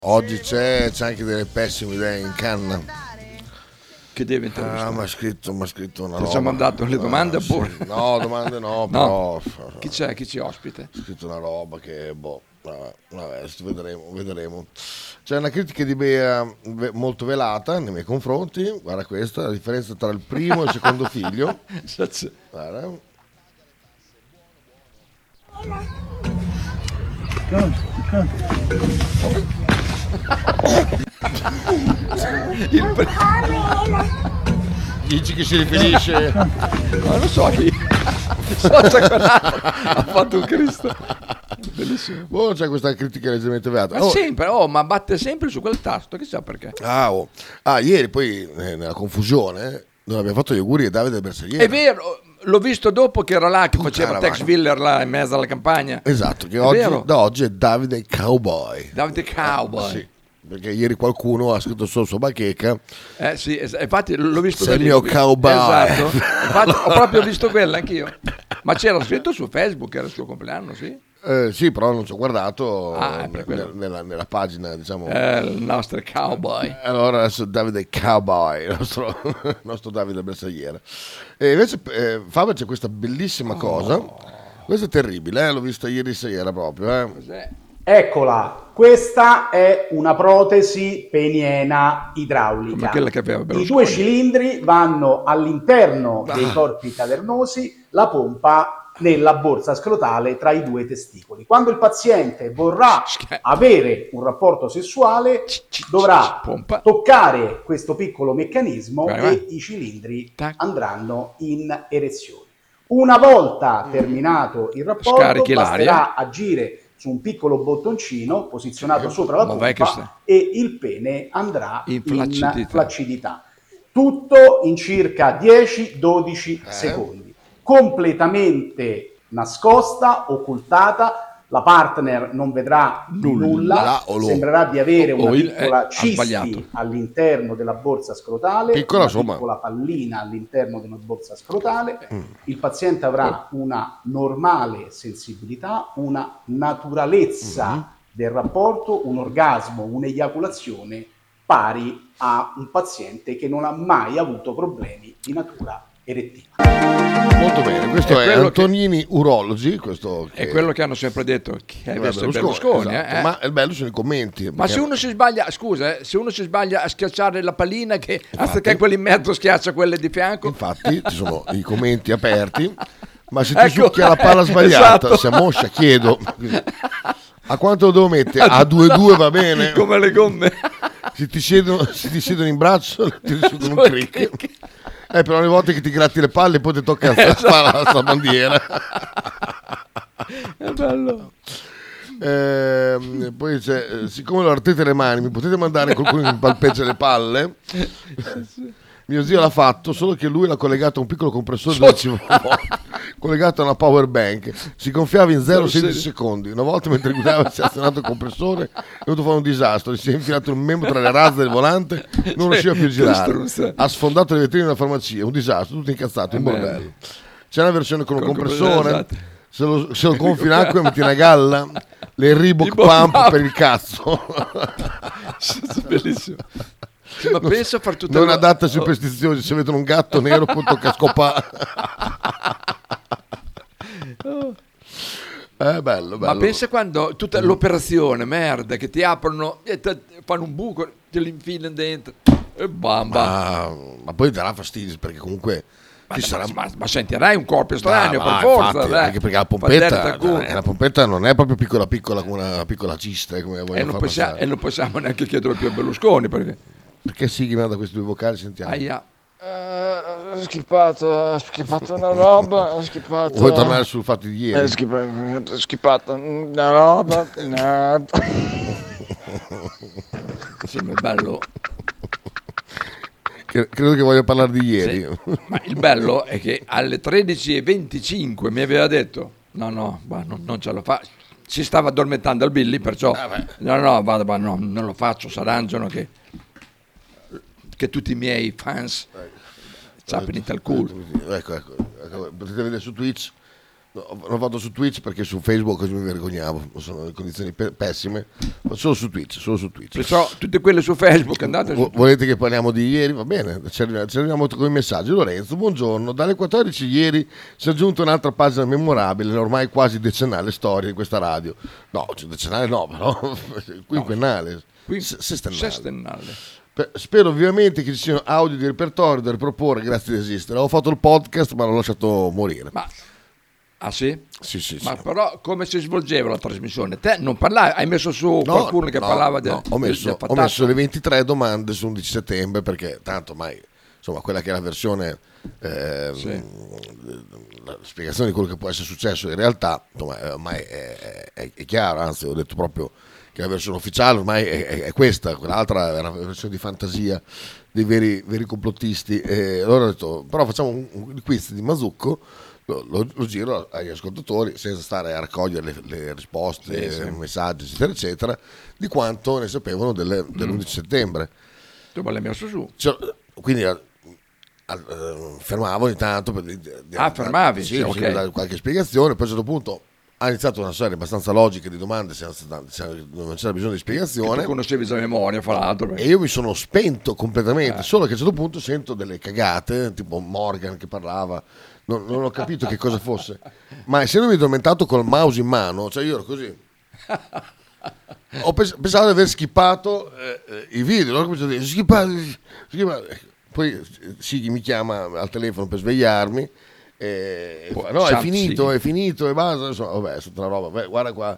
Oggi c'è anche delle pessime idee in canna. Che deve intervistare? Mi ha scritto una Ti roba. ci ha mandato le domande Sì. oppure? No, domande no, No. però. Chi c'è? Chi ci ospite? Ha scritto una roba che, vabbè, adesso vedremo. C'è una critica di Bea molto velata nei miei confronti. Guarda questa, la differenza tra il primo e il secondo figlio. Guarda. Dici che si riferisce? Ma non so chi. Ha fatto un Cristo. Bellissimo. C'è questa critica leggermente velata. Ma sempre, ma batte sempre su quel tasto, chissà perché. Ieri poi nella confusione non abbiamo fatto gli auguri a Davide Bersaglieri. È vero, l'ho visto dopo che era là, che faceva Tex vacca. Willer là in mezzo alla campagna. Esatto, che vero? da oggi è Davide Cowboy. Davide Cowboy. Sì, perché ieri qualcuno ha scritto solo su bacheca. Sì, infatti l'ho visto Sei da il lì. mio cowboy. Esatto. Infatti ho proprio visto quella anch'io. Ma c'era scritto su Facebook che era il suo compleanno, sì? Sì, però non ci ho guardato nella pagina, diciamo. Il nostro cowboy. Allora adesso Davide Cowboy, il nostro Davide Bersagliere. E invece Fabio c'è questa bellissima cosa. Questa è terribile, l'ho vista ieri sera proprio. Cos'è? Eccola, questa è una protesi peniena idraulica. Come quella che aveva I Berlusconi. 2 cilindri vanno all'interno dei corpi cavernosi, la pompa nella borsa scrotale tra i 2 testicoli. Quando il paziente vorrà avere un rapporto sessuale, dovrà toccare questo piccolo meccanismo e i cilindri andranno in erezione. Una volta terminato il rapporto, basterà agire su un piccolo bottoncino posizionato sopra la pompa e il pene andrà in flaccidità. Tutto in circa 10-12 secondi. Completamente nascosta, occultata, la partner non vedrà nulla, sembrerà di avere una piccola cisti all'interno della borsa scrotale, piccola pallina all'interno della borsa scrotale. Il paziente avrà una normale sensibilità, una naturalezza del rapporto, un orgasmo, un'eiaculazione pari a un paziente che non ha mai avuto problemi di natura erettiva. Molto bene, questo è Antonini Urology, questo è quello che hanno sempre detto che adesso è Berlusconi, esatto. Ma il bello sono i commenti. Ma se uno si sbaglia, se uno si sbaglia a schiacciare la pallina, che anziché quella in mezzo schiaccia quelle di fianco. Infatti ci sono i commenti aperti, ma se ti succhia la palla sbagliata, esatto. se a moscia chiedo a quanto lo devo mettere? A 2-2 va bene? Come le gomme. Se ti siedono in braccio ti ricevono un crick. Per ogni volta che ti gratti le palle poi ti tocca fare la bandiera. È bello. Poi c'è, siccome lo artete le mani, mi potete mandare qualcuno che mi palpeggia le palle? Mio zio l'ha fatto, solo che lui l'ha collegato a un piccolo compressore collegato a una power bank. Si gonfiava in 0,16 secondi. Una volta mentre guidava si è azionato il compressore, è venuto fuori un disastro. Si è infilato un membro tra le razze del volante, non riusciva più a girare. Ha sfondato le vetrine della farmacia, un disastro, tutto incazzato, un bordello. C'è una versione con un compressore, se lo gonfi in acqua e metti una galla, le Reebok Pump per il cazzo. Bellissimo. Sì, ma penso a far tutto non adatta a superstizioni, se vedono un gatto nero poi tocca scopare. Bello. Ma pensa quando tutta l'operazione merda che ti aprono e fanno un buco, te li infilano dentro e bamba. Ma poi darà fastidio perché comunque ma sentirai un corpo estraneo per forza, infatti, anche perché la pompetta non è proprio piccola come una piccola cista, come voglio e non possiamo neanche chiederlo più a Berlusconi perché si chiama questi 2 vocali, sentiamo. Ho schippato una roba, ho schippato. Vuoi tornare sul fatto di ieri? Ho schippato una roba. Sembra bello. Credo che voglia parlare di ieri. Sì. Ma il bello è che alle 13:25 mi aveva detto no, non ce lo fa. Si stava addormentando al Billy, perciò non lo faccio, s'arrangiano che tutti i miei fans ciappino il culo. Ecco, potete vedere su Twitch Non vado su Twitch perché su Facebook così mi vergognavo, sono in condizioni pessime, ma solo su Twitch. Perciò tutte quelle su Facebook andate su... Volete che parliamo di ieri? Va bene, ci arriviamo con i messaggi. Lorenzo, buongiorno, dalle 14 ieri si è aggiunta un'altra pagina memorabile, ormai quasi decennale storia di questa radio. No, decennale no, però quinquennale, sestennale. Spero vivamente che ci siano audio di repertorio da riproporre, grazie di esistere. Ho fatto il podcast ma l'ho lasciato morire. Ah sì? Sì. Ma però come si svolgeva la trasmissione? Te non parlavi, hai messo su qualcuno che parlava del ho messo le 23 domande su 11 settembre perché tanto mai, insomma, quella che è la versione la spiegazione di quello che può essere successo in realtà, insomma, ormai è chiaro, anzi ho detto proprio che la versione ufficiale ormai è questa, quell'altra è una versione di fantasia dei veri complottisti, e allora ho detto però facciamo un quiz di Mazzucco. Lo giro agli ascoltatori senza stare a raccogliere le risposte, i messaggi eccetera eccetera, di quanto ne sapevano dell'11 settembre. Tu l'hai messo su? Quindi fermavo ogni tanto fermavi? Sì, okay. Dare qualche spiegazione, poi a un certo punto ha iniziato una serie abbastanza logica di domande non c'era bisogno di spiegazione. Tu conoscevi già a memoria, fra l'altro. E io mi sono spento completamente, solo che a un certo punto sento delle cagate, tipo Morgan che parlava, non ho capito che cosa fosse, ma essendomi addormentato col mouse in mano, cioè io ero così, pensavo di aver skippato i video, ho cominciato a dire skippato. Poi Sighi mi chiama al telefono per svegliarmi, no, è finito e basta, insomma, vabbè, è stata una roba, beh, guarda qua,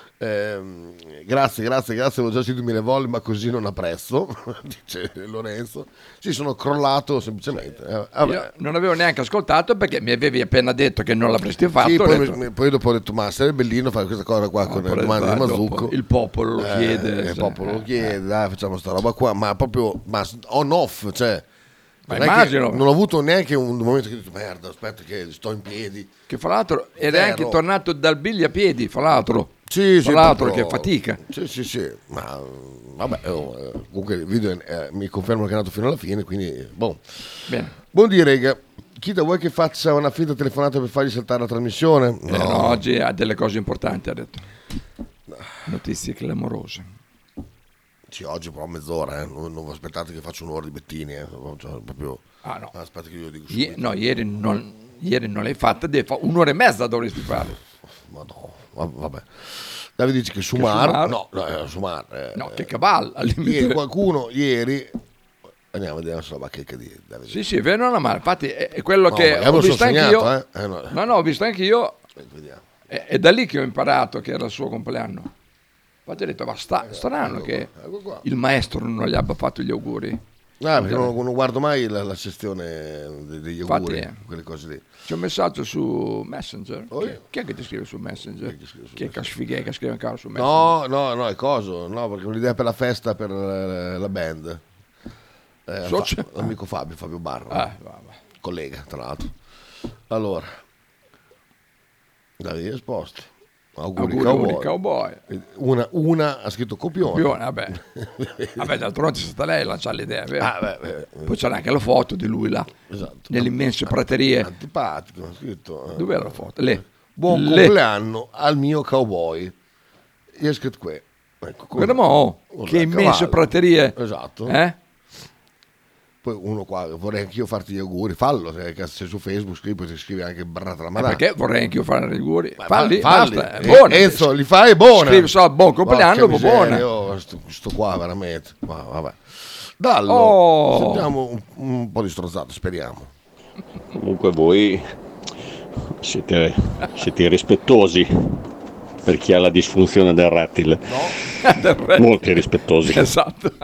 grazie, avevo già sentito 1000 volte, ma così non apprezzo, dice Lorenzo. Sì, sono crollato semplicemente. Io non avevo neanche ascoltato perché mi avevi appena detto che non l'avresti fatto. Sì, poi dopo ho detto, ma sarebbe bellino fare questa cosa qua con le domande di Mazzucco. Il popolo lo chiede. Il popolo lo chiede, dai, facciamo sta roba qua, ma proprio on off, cioè... immagino. Non ho avuto neanche un momento che ho detto merda, aspetta che sto in piedi. Che fra l'altro era anche tornato dal Billy a piedi, fra l'altro. Sì, fra l'altro che fatica. Sì, ma vabbè, comunque il video mi conferma che è andato fino alla fine, quindi boh. Bene. Buondì rega, chi da vuoi che faccia una finta telefonata per fargli saltare la trasmissione? No, oggi ha delle cose importanti, ha detto. Notizie clamorose. Sì, oggi però mezz'ora, non aspettate che faccio un'ora di Bettini, cioè, proprio... Ah no. Aspetta che io lo dico no, ieri non l'hai fatta, un'ora e mezza dovresti fare. Ma no, vabbè. Davide dice che Sumar. Sumar. No, che cavallo. Qualcuno ieri... Andiamo a vedere la bacheca di Davide. Sì, è vero, non male. Infatti è quello che ho visto anch'io. No, ho visto anch'io. Vediamo. È da lì che ho imparato che era il suo compleanno. Infatti ho detto, ma strano che il maestro non gli abbia fatto gli auguri. Perché non guardo mai la sezione degli auguri, quelle cose lì. C'è un messaggio su Messenger. Chi è che ti scrive su Messenger? Chi è che scrive ancora su Messenger? No, è coso. No, perché ho un'idea per la festa per la band. L'amico Fabio Barra. Collega, tra l'altro. Allora, Davide risposto. Auguri cowboy. Una ha scritto copione. Vabbè, d'altronde è stata lei a lanciare l'idea, vero? Poi c'era anche la foto di lui là, esatto, nelle immense praterie. Antipatico, ha scritto. Dov'era la foto? Buon compleanno al mio cowboy. Io ho scritto qui. Ecco, che immense praterie. Esatto. Poi uno qua, vorrei anch'io farti gli auguri, fallo, se su Facebook scrivi anche Barrata la Madonna. Perché vorrei anch'io fare gli auguri? Falli. Basta, Enzo, li fai, è buona. Scrivi solo buon compleanno, buona. Sto qua veramente, vabbè. Dallo, sentiamo un po' di stronzate, speriamo. Comunque voi siete irrispettosi per chi ha la disfunzione del rettile. No. Molti rispettosi. Esatto.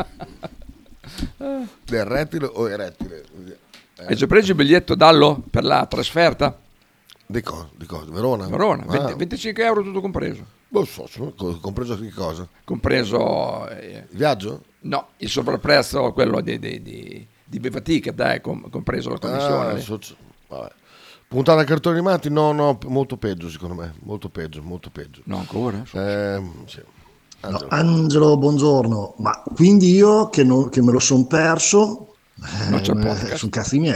Del rettile o erettile? Hai già preso il biglietto Dallo per la trasferta? Di cosa? Verona? 25 euro tutto compreso. Compreso che cosa? Compreso il viaggio? No, il sovrapprezzo, quello di Viva Ticket, compreso la commissione. Vabbè. Puntata a cartoni animati? No, molto peggio secondo me. Molto peggio. No, ancora? Sì. Angelo, buongiorno. Ma quindi io che me lo son perso, non c'è podcast. sono cazzi miei.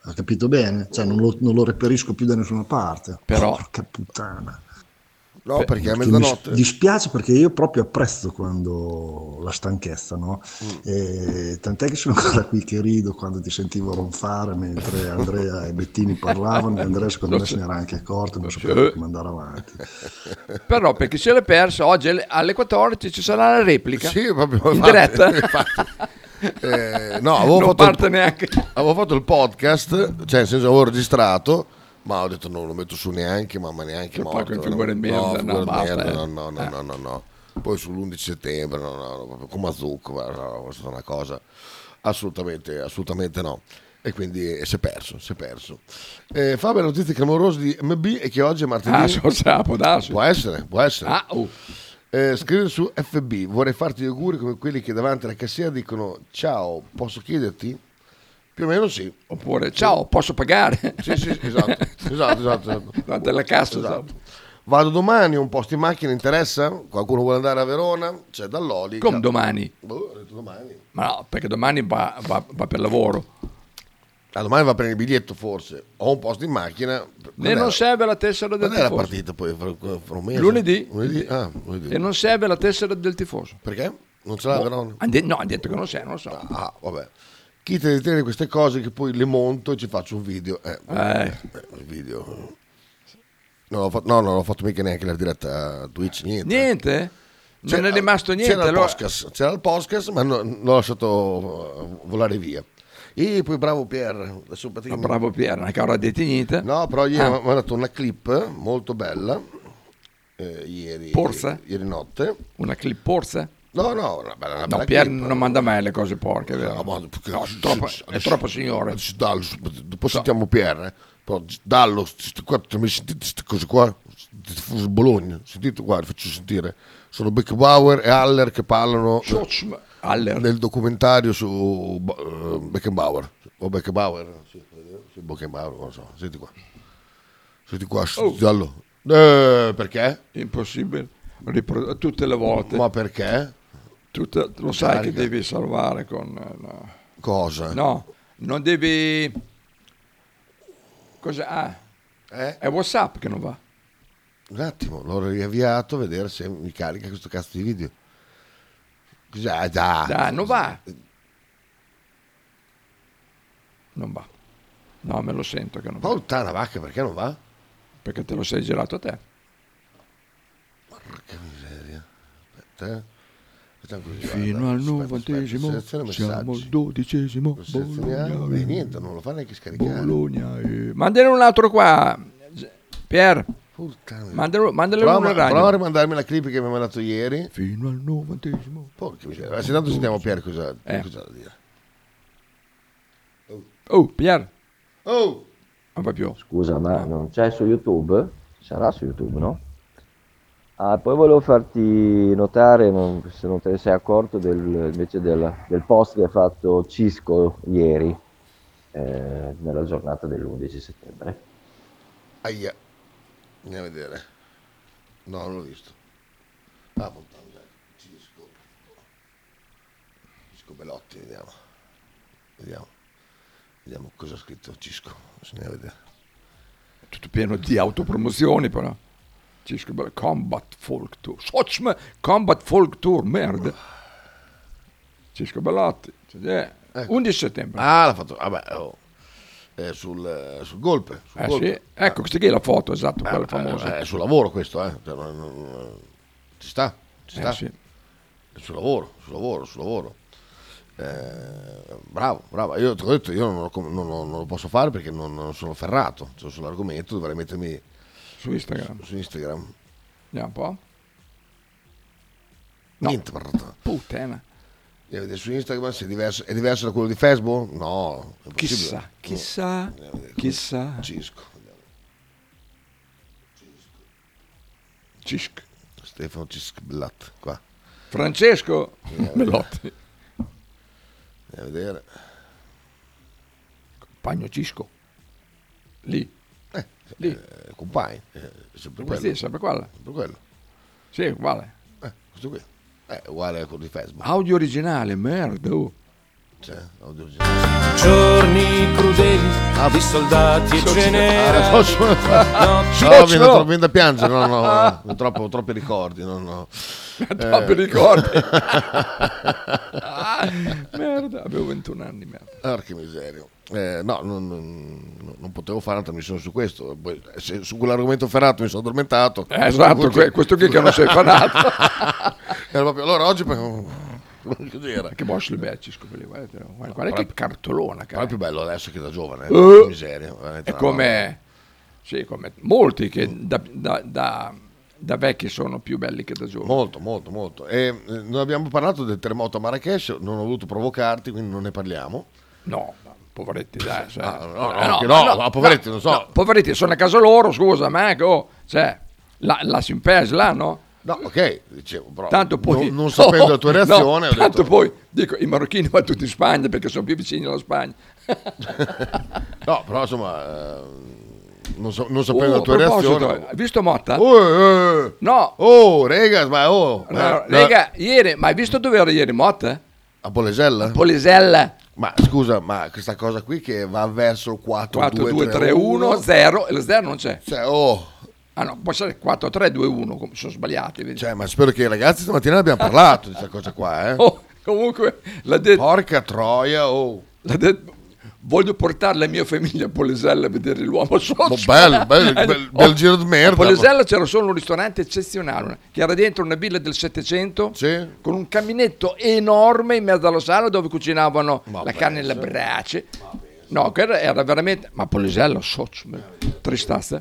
Ha capito bene? Cioè non lo reperisco più da nessuna parte. Però- Porca puttana. No, perché a Perché mezzanotte... mi dispiace perché io proprio apprezzo quando la stanchezza, no? E tant'è che sono ancora qui che rido quando ti sentivo ronfare mentre Andrea e Bettini parlavano, e Andrea secondo me se ne era anche accorto, non sapeva come andare avanti. Però per chi se l'è perso, oggi alle 14 ci sarà la replica. Sì, proprio in infatti, diretta. infatti. No, avevo Non fatto parte neanche. avevo fatto il podcast, cioè nel senso avevo registrato, ma ho detto non lo metto su neanche, ma neanche Poi morto. con figure di merda, no, figure di basta, merda, no. Poi sull'11 settembre, proprio come a zucco, no, questa è una cosa assolutamente no. E quindi si è perso. Fabio, notizie clamorose di MB e che oggi è martedì. Può darsi. Può essere. Oh. Scrive su FB, vorrei farti gli auguri come quelli che davanti alla cassiera dicono ciao, posso chiederti? Più o meno sì. Oppure, ciao, posso pagare? Sì, esatto. Davanti alla cassa, Esatto. Vado domani, un posto in macchina, interessa? Qualcuno vuole andare a Verona? C'è dall'Oli. Come domani? Ho detto domani. Ma no, perché domani va per lavoro. Domani va a prendere il biglietto forse. Ho un posto in macchina. E non serve la tessera del Quando è la tifoso. partita poi? Fra un mese? Lunedì. Lunedì. E non serve la tessera del tifoso. Perché? Non ce l'ha Verona? No, hanno detto che non serve, non lo so. Ah, vabbè. Chi te ne tiene queste cose che poi le monto e ci faccio un video. Il video. Non l'ho fatto mica neanche la diretta a Twitch, niente. Niente? Non è rimasto niente. C'era il podcast, ma l'ho lasciato volare via. E poi bravo Pier. Adesso praticamente... Bravo Pier, una cara detinita. No, però ieri mi ha dato una clip molto bella. Ieri notte. Una clip porsa? No, una bella No, Pier clip. non manda mai le cose porche, vero? È troppo signore. Dopo sentiamo Pier. Però dallo, qua, mi sentite queste cose qua? Tifoso Bologna, sentite qua, vi faccio sentire. Sono Beckenbauer e Haller che parlano nel documentario su Beckenbauer. O Beckenbauer? Sì, Beckenbauer, non lo so. Senti qua, dallo. Perché? Impossibile. Tutte le volte. Ma perché? Lo sai che devi salvare con... Cosa? No, non devi... Cosa? È WhatsApp che non va. Un attimo, l'ho riavviato a vedere se mi carica questo cazzo di video. Dai, non va. Non va. No, me lo sento che non va. Puttana vacca, perché non va? Perché te lo sei girato a te. Porca miseria. Aspetta, Fino al 90°, siamo al 12°. E niente, non lo fa neanche scaricare. Bologna. Mandane un altro qua. Pier. Mandale uno in radio. Prova a rimandarmi la clip che mi ha mandato ieri. Fino al 90°. Porca miseria. Se tanto sentiamo Pier cosa ha da dire. Oh, Pier. Oh! Non va più. Scusa, ma non c'è su YouTube? Sarà su YouTube, no? Ah, poi volevo farti notare, se non te ne sei accorto, invece del post che ha fatto Cisco ieri, nella giornata dell'11 settembre. Aia. Andiamo a vedere. No, non l'ho visto. Cisco Belotti, vediamo cosa ha scritto Cisco. Andiamo a vedere. Tutto pieno di autopromozioni però. Cisco Combat Folk Tour. Combat Folk Tour, merda. Cisco Belotti. 11 settembre. L'ha fatto. Vabbè, sul golpe. Sì. Ecco, questa qui è la foto, esatto, quella famosa. È sul lavoro questo, Cioè, ci sta. Sì. È sul lavoro. Bravo. Io ti ho detto, io non lo posso fare perché non sono ferrato. Cioè, sull'argomento dovrei mettermi su Instagram. Andiamo un po'. No. Niente, puttana. Devi vedere su Instagram se è diverso da quello di Facebook? No, è chissà. Cisco. Stefano Cisco Belotti qua. Francesco Belotti. Andiamo a vedere. Compagno Cisco. Lì. Compagni. Sempre quello. Sempre quello. Sì, uguale. Questo qui. È uguale a quello di Facebook. Audio originale, merda. Giorni crudeli di soldati e generali. No, viene da piangere, no, troppi ricordi, no. Troppi ricordi. Merda, avevo 21 anni, merda. Che miseria. No, non potevo fare un'altra missione su questo. Poi, su quell'argomento ferrato mi sono addormentato. Esatto, questo qui che non sei ferrato. Era proprio, allora oggi cos'era? Che Bosch le becci, guarda che cartolona, Però è più bello adesso che da giovane. Miseria. È come molti che da vecchi sono più belli che da giovani. Molto. E noi abbiamo parlato del terremoto a Marrakesh, non ho voluto provocarti, quindi non ne parliamo. No, poveretti, dai. Poveretti, non so. No, poveretti, sono a casa loro, scusa, ma cioè, la Simpes là, no? No, ok, dicevo, però tanto poi, non sapendo la tua reazione... tanto poi, dico, i marocchini vanno tutti in Spagna perché sono più vicini alla Spagna. No, però insomma... Non sapendo la tua reazione. Hai visto Motta? No. Rega, ma Rega, ieri, ma hai visto dove era ieri Motta? A Polesella? Ma scusa, ma questa cosa qui che va verso il 4-2-3-1, 0, e lo 0 non c'è. Ah no, può essere 4-3-2-1, sono sbagliati. Vedi? Cioè, ma spero che i ragazzi stamattina abbiano parlato di questa cosa qua, comunque, l'ha detto... Porca troia, L'ha detto... Voglio portare la mia famiglia a Polesella a vedere l'uomo sotto. Bel giro di merda. A Polesella c'era solo un ristorante eccezionale, che era dentro una villa del 700, sì, con un caminetto enorme in mezzo alla sala dove cucinavano la carne e le brace. No, che era veramente... Ma Polesella, tristazza.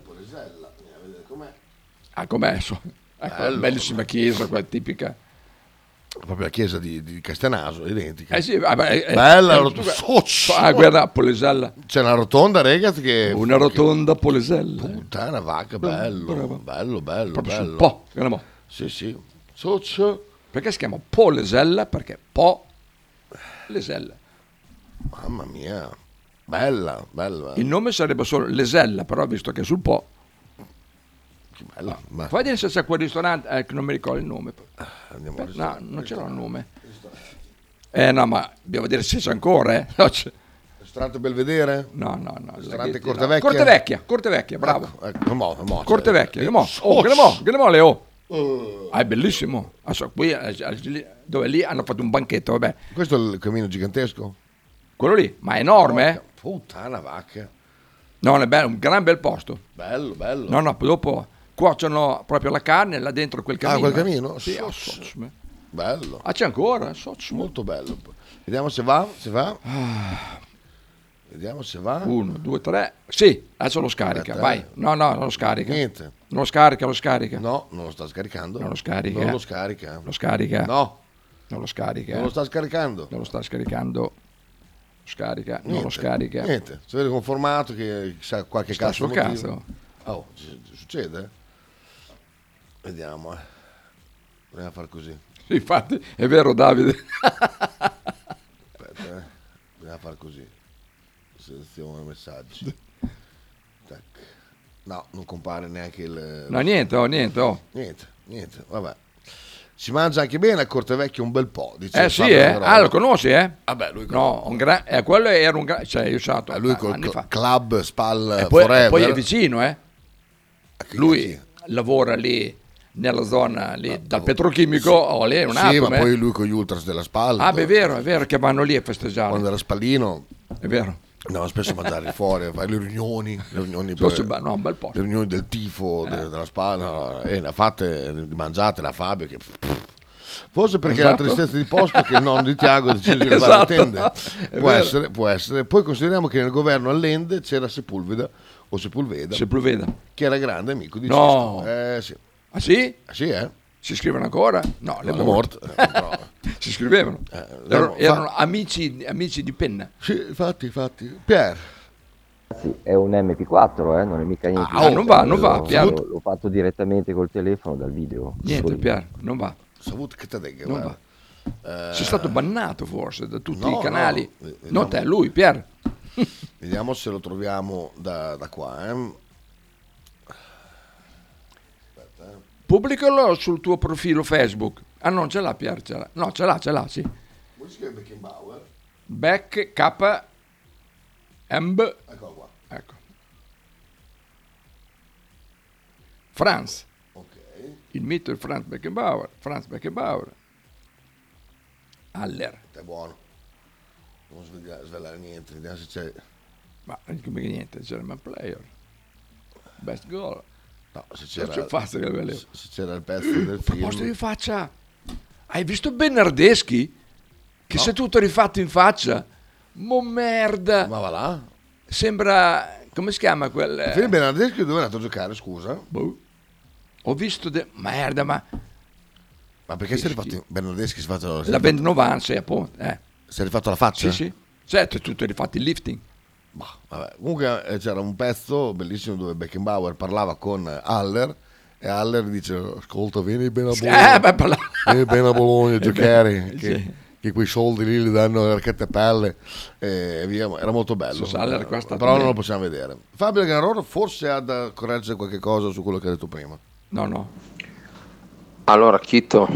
Ah, com'è? Bellissima chiesa, quella tipica. Proprio la chiesa di Castenaso, identica. Sì, bella, guarda a Polesella. C'è una rotonda, ragazzi, che... Una rotonda a Polesella. Puttana vacca, bello. Proprio sul Po. Sì. Perché si chiama Polesella? Perché Lesella. Mamma mia, bella. Il nome sarebbe solo Lesella, però visto che è sul Po. Che bello. Fai vedere se c'è quel ristorante, che non mi ricordo il nome. Andiamo al no, non c'era il nome. No, ma dobbiamo vedere se c'è ancora, No, c'è. Ristorante Belvedere? No. Ristorante Cortevecchia? Cortevecchia, bravo. Cortevecchia. Che Leo. È bellissimo. Qui, dove lì hanno fatto un banchetto, vabbè. Questo è il camino gigantesco? Quello lì, ma è enorme, Puttana vacca. No, è bello, un gran bel posto. Bello. No, dopo cuociono proprio la carne là dentro quel camino. Quel camino? Sì, bello. C'è ancora? Molto bello. Vediamo se va. Vediamo se va. 1, 2, 3. Sì, adesso lo scarica. Vai. No, non lo scarica. Niente. Non lo scarica. No, non lo sta scaricando. Non lo scarica. Non lo scarica. Lo scarica. No. Non lo scarica. Non lo sta scaricando. Non lo sta scaricando. Scarica. Non lo scarica. Niente. Si vede conformato che sa qualche sta cazzo. Sul cazzo. Succede? Vediamo. Proviamo a fare così. Sì, infatti, è vero, Davide. Aspetta, Proviamo a fare così. Seleziona messaggi. Tac. No, non compare neanche il... No, niente. Niente, vabbè. Si mangia anche bene a Cortevecchio un bel po'. Dice sì, lo conosci, Vabbè, lui quello era un gran... Cioè, io sono stato lui col club Spal poi, Forever. Poi è vicino, Lui lavora lì nella zona lì dal petrochimico, lì è un attimo. Sì, ma poi lui con gli ultras della Spal. È vero che vanno lì a festeggiare. Quando era Spallino. È vero. Andiamo spesso a mangiare fuori, a fare le riunioni un bel posto. Le riunioni del tifo della Spal, le ha fatte, mangiate la Fabio che... Forse perché la tristezza di posto che il nonno di Tiago decise di levare le tende. Può essere. Poi consideriamo che nel governo all'Ende c'era Sepulveda, che era grande amico di Cisto. Sì. Ah sì? Sì, Si scrivono ancora? No, le morte. Si scrivevano. Erano amici di penna. Sì, infatti. Pier. Sì, è un MP4, non è mica niente. Non va, Pier. L'ho fatto direttamente col telefono dal video. Niente, Pier, non va. Non va. Sei stato bannato forse da tutti i canali. Non te, lui, Pier. Vediamo se lo troviamo da qua. Pubblicalo sul tuo profilo Facebook. Ah, non ce l'ha Pier, ce l'ha. No, ce l'ha, sì. Come si chiama Beckenbauer? Beck K Emb. Eccolo qua. Ecco. Franz. Ok. Il mito di Franz Beckenbauer. Haller. È buono. Non svelare niente, vediamo se c'è. Ma come niente, German player. Best goal. No, se C'è c'era, se c'era il pezzo del A proposito film. di faccia, hai visto Bernardeschi? Che si è tutto rifatto in faccia? Mo merda. Ma va là. Sembra, come si chiama quel... Fede Bernardeschi dove è andato a giocare, scusa? Boh. Ho visto merda, ma perché si è rifatto Bernardeschi si è fatto la band 90, sì, appunto. Si è rifatto la faccia? Sì. Certo, è tutto rifatto il lifting. Vabbè. Comunque c'era un pezzo bellissimo dove Beckenbauer parlava con Haller e Haller dice: ascolta, vieni bene a Bologna, vieni bene a Bologna a giocare, che quei soldi lì li danno le racchette a pelle e via. Era molto bello, però non lo possiamo vedere. Fabio Ganaroro forse ha da correggere qualche cosa su quello che ha detto prima. No. Allora, Chito.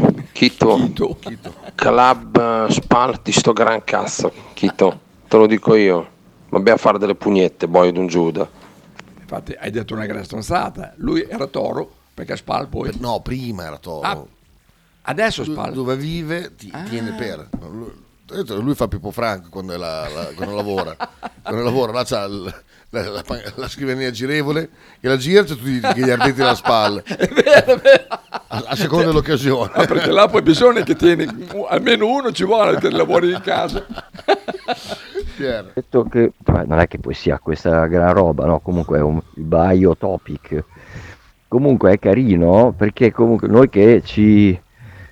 Club Spal di sto gran cazzo, Chito, te lo dico io. Vabbè a fare delle pugnette, boio d'un Giuda. Infatti hai detto una gran stronzata. Lui era Toro, perché Spal poi... No, prima era Toro. Adesso Spal. Dove vive tiene per... Lui fa Pippo Franco quando lavora. Quando lavora, là c'ha la scrivania girevole e la gira, c'è tutti gli ardenti alla spalla. È vero. A seconda dell'occasione. Perché là poi bisogna che tieni almeno uno, ci vuole che lavori in casa. Detto che non è che poi sia questa gran roba, no? Comunque è un bio topic. Comunque è carino perché comunque noi che ci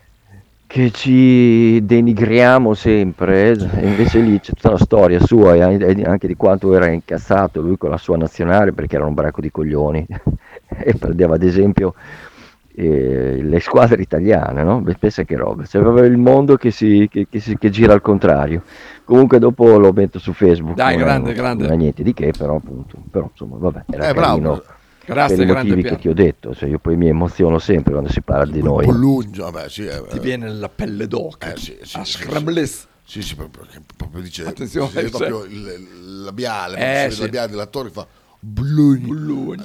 denigriamo sempre, invece lì c'è tutta la storia sua e anche di quanto era incazzato lui con la sua nazionale perché era un bracco di coglioni e prendeva ad esempio le squadre italiane, no? Pensa che roba, c'è proprio il mondo che gira al contrario. Comunque dopo lo metto su Facebook. Dai, grande. Non è niente di che, però insomma vabbè, era carino. Bravo. Grazie, per i motivi che ti ho detto, cioè io poi mi emoziono sempre quando si parla di noi. Ti viene la pelle d'oca, a scrambles. Sì, proprio dice, attenzione, proprio il labiale, il labiale dell'attore fa Bologna.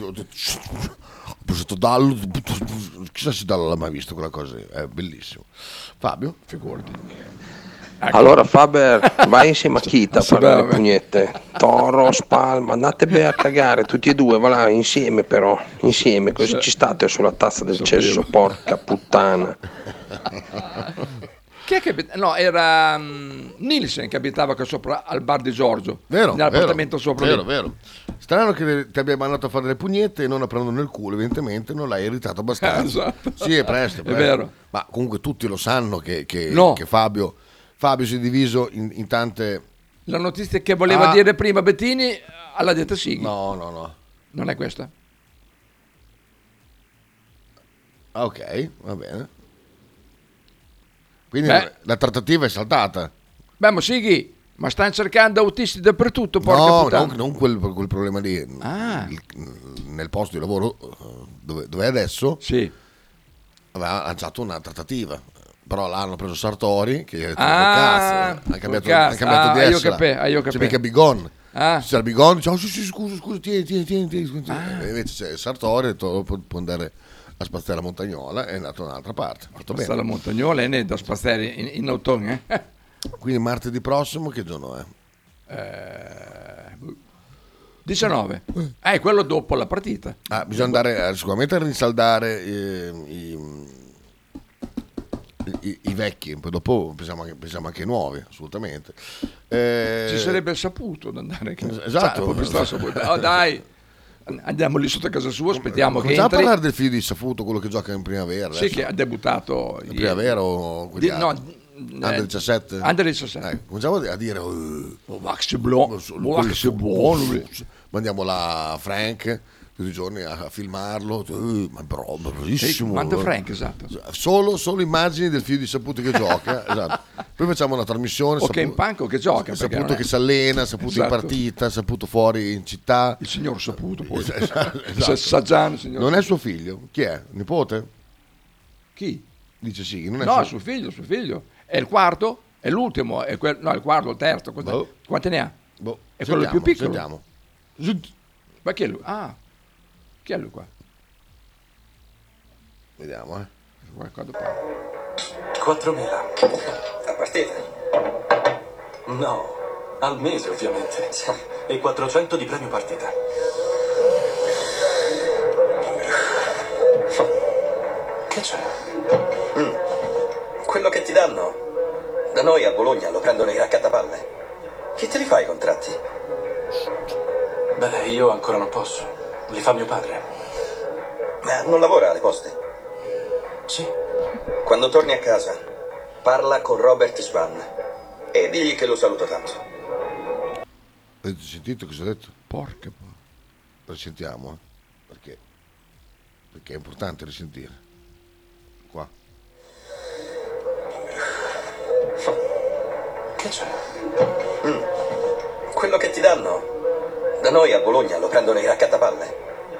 Chissà se Dallo l'ha mai visto quella cosa, è bellissimo. Fabio? Figurati. Ecco. Allora Faber, vai insieme a Chita a fare le pugnette. Toro, Spal, andate bene a cagare tutti e due, va là, insieme però, insieme, così ci state sulla tazza del cesso, porca puttana. Chi è che no, era Nielsen che abitava qua sopra al bar di Giorgio. Nell'appartamento sopra lì. Vero. Strano che ti abbia mandato a fare le pugnette e non a prenderlo nel culo, evidentemente non l'hai irritato abbastanza. Esatto. Sì, è presto. È vero. Ma comunque tutti lo sanno che Fabio si è diviso in tante... La notizia che voleva dire prima Bettini alla detta Sighi. No. Non è questa? Ok, va bene. Quindi la trattativa è saltata. Beh, ma Sighi, ma stanno cercando autisti dappertutto, porca puttana. Non quel problema lì. Nel posto di lavoro dove è adesso aveva lanciato una trattativa. Però l'hanno preso Sartori che gli ha detto cazzo, ha cambiato di essere. Io c'è mica Bigon. C'era Bigon, dice scusa, tieni. Invece c'è Sartori, ha detto può andare a spazzare la Montagnola, è andato da un'altra parte. La Montagnola è da spazzare in autunno. Quindi martedì prossimo che giorno è? 19. Quello dopo la partita. Bisogna andare sicuramente a rinsaldare i vecchi, poi dopo pensiamo anche ai nuovi, assolutamente. Ci sarebbe saputo di andare. Esatto. Dai, andiamo lì sotto casa sua, aspettiamo che cominciamo entri. a parlare del figlio di Saputo, quello che gioca in primavera. Sì, che ha debuttato in primavera o Under 17. Under 17. Cominciamo a dire Max Buono. Mandiamo la Frank tutti i giorni a filmarlo, ma bravissimo. Manda Frank, esatto. Solo immagini del figlio di Saputo che gioca, esatto. Poi facciamo una trasmissione. O che in panco o che gioca. Saputo che si allena, Saputo in partita, Saputo fuori in città. Il signor Saputo poi. Esatto. Saggiano, signor. Non è suo figlio? Chi è? Nipote? Chi? Dice sì. Non è suo figlio. È il quarto. È l'ultimo, è no, il quarto, il terzo. Quante ne ha? È quello più piccolo. Sentiamo. Ma chi è lui? Ah, chi è lui qua? Vediamo, Quando parla. 4.000. A partita? No, al mese ovviamente. E 400 di premio partita. Che c'è? Quello che ti danno. Da noi a Bologna lo prendono i raccattapalle. Chi te li fa i contratti? Beh, io ancora non posso. Li fa mio padre. Ma non lavora alle poste? Sì. Quando torni a casa, parla con Robert Swan e digli che lo saluto tanto. Avete sentito cosa ha detto? Porca. Risentiamo, perché è importante risentire. Qua. Che c'è? Quello che ti danno. Da noi a Bologna lo prendono i raccattapalle.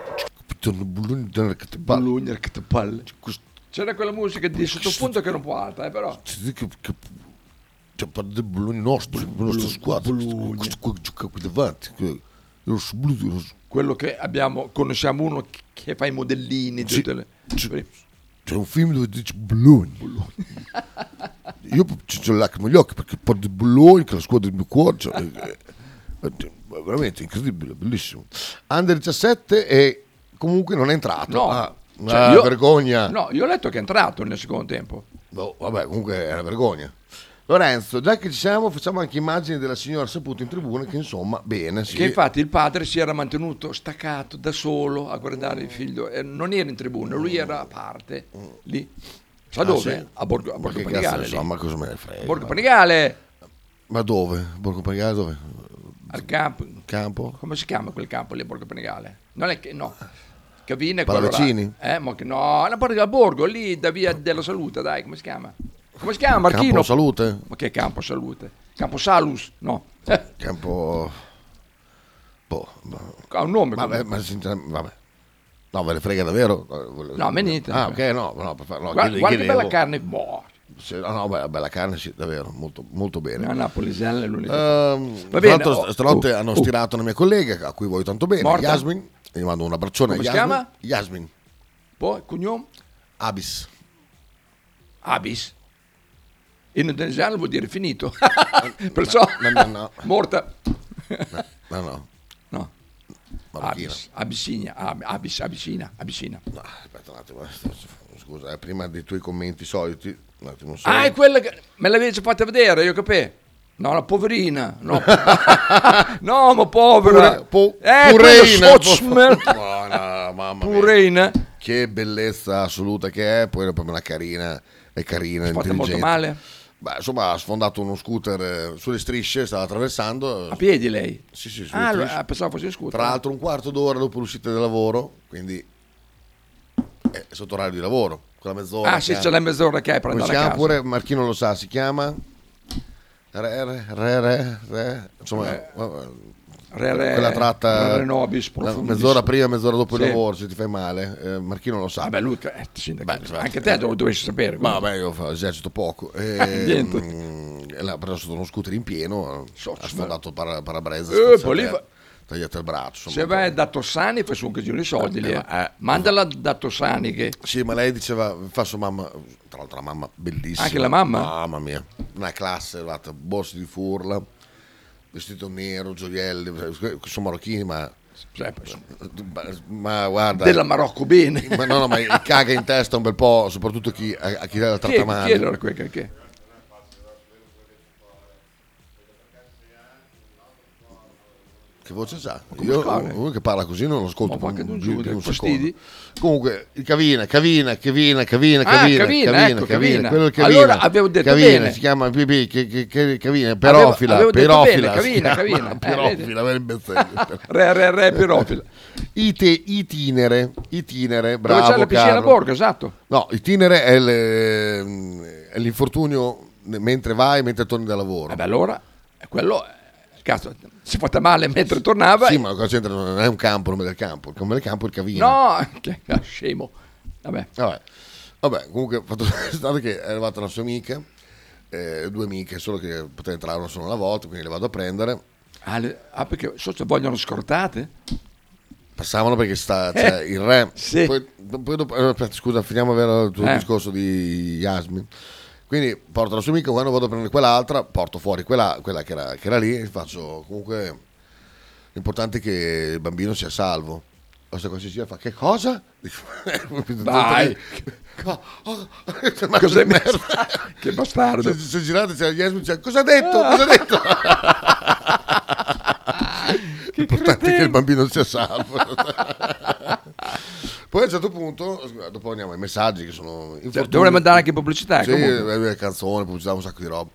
Bologna, raccattapalle. C'era quella musica di sottofondo che era un po' alta, però. C'è parte del Bologna nostra squadra. Questo qua gioca qui davanti. Quello che conosciamo uno che fa i modellini. C'è un film dove dice Bologna. Io c'ho lacrime agli occhi perché parlo di Bologna, che è la squadra del mio cuore. È veramente incredibile, bellissimo. Under 17 e comunque non è entrato. No. Vergogna. No, io ho letto che è entrato nel secondo tempo. Vabbè, comunque è una vergogna. Lorenzo, già che ci siamo, facciamo anche immagini della signora Saputo in tribuna, che insomma, bene. Sì. Che infatti il padre si era mantenuto staccato da solo a guardare il figlio, non era in tribuna, lui era a parte lì. Sa dove? Sì? A Borgo Panigale. Insomma, cosa me ne frega? A Borgo Panigale. Ma dove? Borgo Panigale dove? Al campo. Campo? Come si chiama quel campo lì a Borgo Panigale? Non è che no. Cavine, Palavecini? Ma che no, la parte del Borgo lì da via della Salute, dai, come si chiama? Come si chiama, Marchino? Campo Salute? Ma che Campo Salute? Campo Salus? No. Campo... Ha un nome. Vabbè. No, ve ne frega davvero? No, me niente. Ah, ok, no. Guarda che bella carne. Bella carne, sì, davvero, molto, molto bene. No, napolisella è l'unica. Va bene. Tra l'altro, stanotte hanno stirato una mia collega, a cui voglio tanto bene, Morta? Yasmin. E gli mando un abbraccione. Come si chiama? Yasmin. Poi, cognome? Abis. In indonesiano vuol dire finito. Perciò no. Morta. No. Abissina. No, aspetta un attimo, scusa, prima dei tuoi commenti soliti. Un attimo solo. Ah, è quella che me l'avevi già fatta vedere, io capisco. No, la poverina. No, no, ma povera. Purina. Mamma Purina. Che bellezza assoluta che è. Poi proprio una carina. È carina, intelligente. Molto male? Beh, insomma, ha sfondato uno scooter sulle strisce, stava attraversando. A piedi lei? Sì, pensavo fosse in scooter. Tra l'altro un quarto d'ora dopo l'uscita del lavoro, quindi è sotto orario di lavoro. Quella mezz'ora. Ah, sì, c'è la mezz'ora che hai per andare a casa. Pure Marchino lo sa, si chiama... Insomma... quella tratta mezz'ora prima, mezz'ora dopo il lavoro, se ti fai male, Marchino lo sa. Vabbè, lui anche te dovresti sapere. Ma vabbè, io esercito poco. L'ha preso sotto uno scooter in pieno, ha sfondato parabrezza, tagliato il braccio. Se vai da Tossani fai su un casino di soldi lì. Mandala da Tossani che... Sì, ma lei diceva, fa sua mamma, tra l'altro la mamma bellissima. Anche la mamma? Mamma mia, una classe, borse di furla, vestito nero, gioielli, sono marocchini, ma guarda, della Marocco bene. Ma ma caga in testa un bel po', soprattutto a chi la tratta male. Chi era che? Che voce c'ha? Uno che parla così non lo ascolto. Ma un fastidi. Comunque, Cavina. Cavina. Quello che allora avevo detto Cavina, bene. si chiama Cavina, Perofila. Cavina. Perofila, Re Perofila. Itinere, bravo. Dove c'è la piscina Borgo, esatto. No, itinere è l'infortunio mentre torni da lavoro. Allora, quello... Cazzo, si è fatta male mentre tornava. Sì, ma cosa c'entra? Non è un campo, il nome del campo. Il nome del campo è il Cavina. No, che scemo. Vabbè, comunque, fatto stato che è arrivata una sua amica 2 amiche, solo che poteva entrare solo una volta, quindi le vado a prendere. Perché vogliono scortate? Passavano perché c'è il re. Sì. Poi dopo, aspetta, scusa, finiamo a vedere il tuo discorso di Yasmin. Quindi porto la sua amica, quando vado a prendere quell'altra, porto fuori quella che era lì, e faccio comunque l'importante è che il bambino sia salvo. Basta quasi sia fa che cosa? Dai. Cos'è merda? Che bastardo. Si è girato, c'era Yasmin, cosa ha detto? Cosa ha detto? L'importante è che il bambino sia salvo. Poi a un certo punto, dopo andiamo ai messaggi che sono dovremmo andare anche pubblicità. Sì, canzoni, pubblicità, un sacco di roba.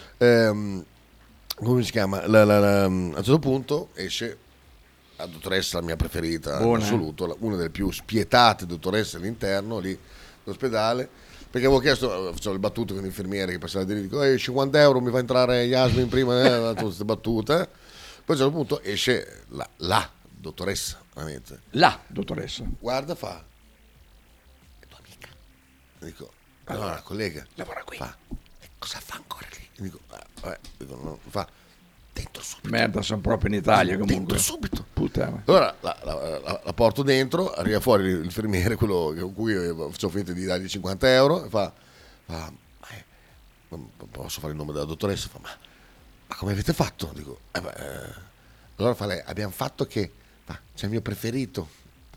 Come si chiama? A un certo punto esce la dottoressa, la mia preferita in assoluto, una delle più spietate dottoresse all'interno lì dell'ospedale, perché avevo chiesto, facevo le battute con l'infermiere che passava di lì, dico 50 euro mi fa entrare Yasmin prima, tutte queste battute. Poi a un certo punto esce la dottoressa, veramente. La dottoressa. Guarda, fa, è tua amica. Dico, allora, collega, lavora qui. Fa, cosa fa ancora lì? Dico, no, fa, dentro subito. Merda, sono proprio in Italia comunque. Dentro subito. Puttana. Allora la porto dentro, arriva fuori l'infermiere, quello con cui facevo finta di dargli 50 euro, e fa posso fare il nome della dottoressa? Fa, ma come avete fatto? Dico, allora fa lei, abbiamo fatto che c'è il mio preferito.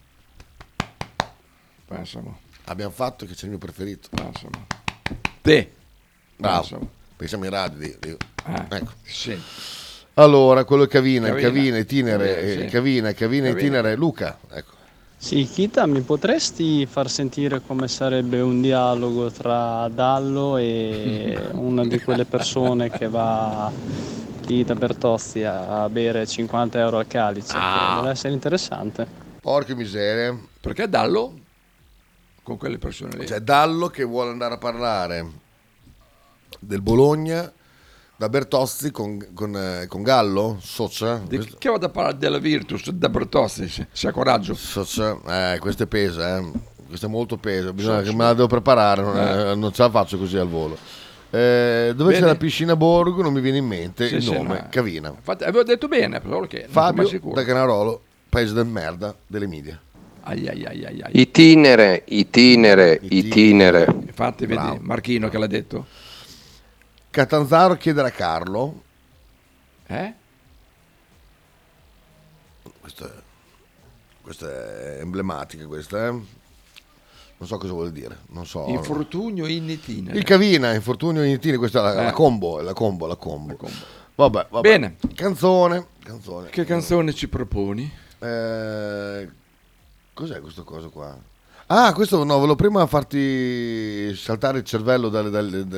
Pensamo. Abbiamo fatto che c'è il mio preferito. Pensamo. Te. Bravo. Pensamo. Pensiamo in radio. Ecco. Sì. Allora, quello Cavina, itinere, sì. Cavina, itinere, Luca. Ecco. Sì, Kita, mi potresti far sentire come sarebbe un dialogo tra Dallo e una di quelle persone che va Kita Bertozzi a bere 50 euro al calice? Che deve essere interessante. Porca miseria. Perché Dallo? Con quelle persone lì. C'è Dallo che vuole andare a parlare del Bologna da Bertozzi con Gallo, Socia. Che vado a parlare della Virtus da Bertozzi, se ha coraggio. Socia, questo è peso, questo è molto peso, bisogna che me la devo preparare, non ce la faccio così al volo. Dove c'è la piscina Borgo non mi viene in mente il nome, no. Cavina. Infatti, avevo detto bene, solo che Fabio da Canarolo, paese del merda dell'Emilia. Itinere. Infatti vedi Marchino che l'ha detto. Catanzaro chiedere a Carlo. Questa è emblematica, questa, Non so cosa vuol dire. Non so. Infortunio in itinere. Il Cavina, infortunio in itinere, questa è la combo. Vabbè. Bene. Canzone. Che canzone ci proponi? Cos'è questo coso qua? Questo no, volevo prima farti saltare il cervello da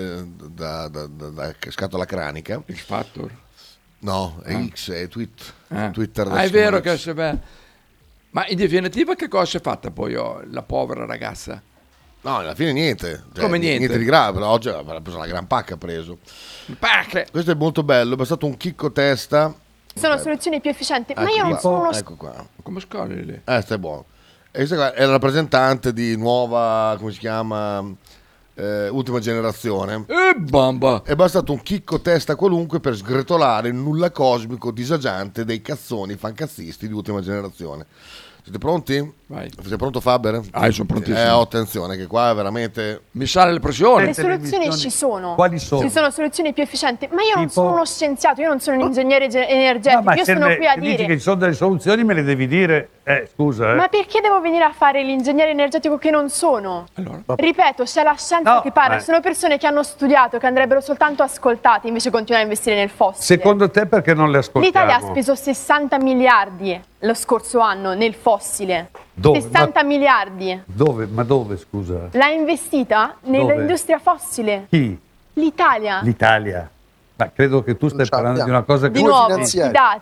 scatola cranica. X Factor? No, è X, è Twitter. È vero che ma in definitiva che cosa si è fatta poi la povera ragazza? No, alla fine niente. Come niente? Niente di grave, però oggi ha preso una gran pacca. Questo è molto bello, è stato un chicco testa. Sono soluzioni più efficienti, ma io non sono uno... Ecco qua. Come scoli lì? Stai buono. E questa qua è la rappresentante di nuova, come si chiama, ultima generazione. Bamba! È bastato un chicco testa qualunque per sgretolare il nulla cosmico disagiante dei cazzoni fancazzisti di ultima generazione. Siete pronti? Vai. Sei pronto, Faber? Sono prontissimo. Attenzione, che qua è veramente... Mi sale la pressione. Le soluzioni ci sono. Quali sono? Ci sono soluzioni più efficienti, ma io non sono uno scienziato, io non sono un ingegnere energetico, io sono qui a dire... Dici che ci sono delle soluzioni, me le devi dire. Scusa. Ma perché devo venire a fare l'ingegnere energetico che non sono? Allora. Ripeto, c'è la scienza che parla, ci sono persone che hanno studiato, che andrebbero soltanto ascoltate, invece continuare a investire nel fossile. Secondo te perché non le ascoltiamo? L'Italia ha speso 60 miliardi lo scorso anno nel fossile. Dove? 60 miliardi. Dove? Ma dove, scusa? L'ha investita nell'industria fossile. Chi? L'Italia. L'Italia. Ma credo che tu stai parlando di una cosa che... Di nuovo, i dati.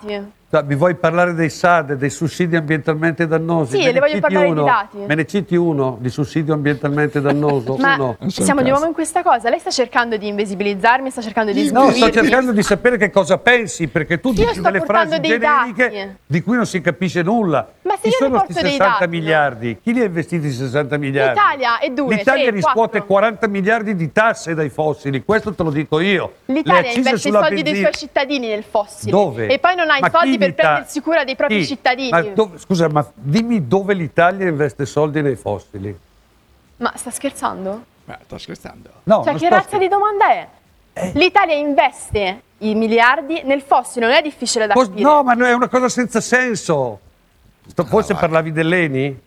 Mi vuoi parlare dei SAD, dei sussidi ambientalmente dannosi? Sì, le voglio parlare di dati. Me ne citi uno di sussidio ambientalmente dannoso? Ma Uno. siamo di nuovo in questa cosa. Lei sta cercando di invisibilizzarmi, sta cercando di No, sto sminuirmi. cercando di sapere che cosa pensi, perché tu Io dici sto delle portando frasi dei generiche dati. di cui non si capisce nulla. Ma se Chi io le sono porto questi dei 60 dati? miliardi? Chi li ha investiti i 60 miliardi? L'Italia è due, L'Italia tre, riscuote 4. 40 miliardi di tasse dai fossili, questo te lo dico io. Le L'Italia accise investe i sulla soldi dei benzina- suoi cittadini nel fossile. Dove? E poi non ha i Ma soldi chi per in Ita- prendersi cura dei propri chi? cittadini. Ma scusa, ma dimmi dove l'Italia investe soldi nei fossili. Ma sta scherzando? Sta scherzando. No, Cioè, non che sto razza di domanda è? L'Italia investe i miliardi nel fossile, non è difficile da capire. No, ma è una cosa senza senso. Forse parlavi dell'ENI?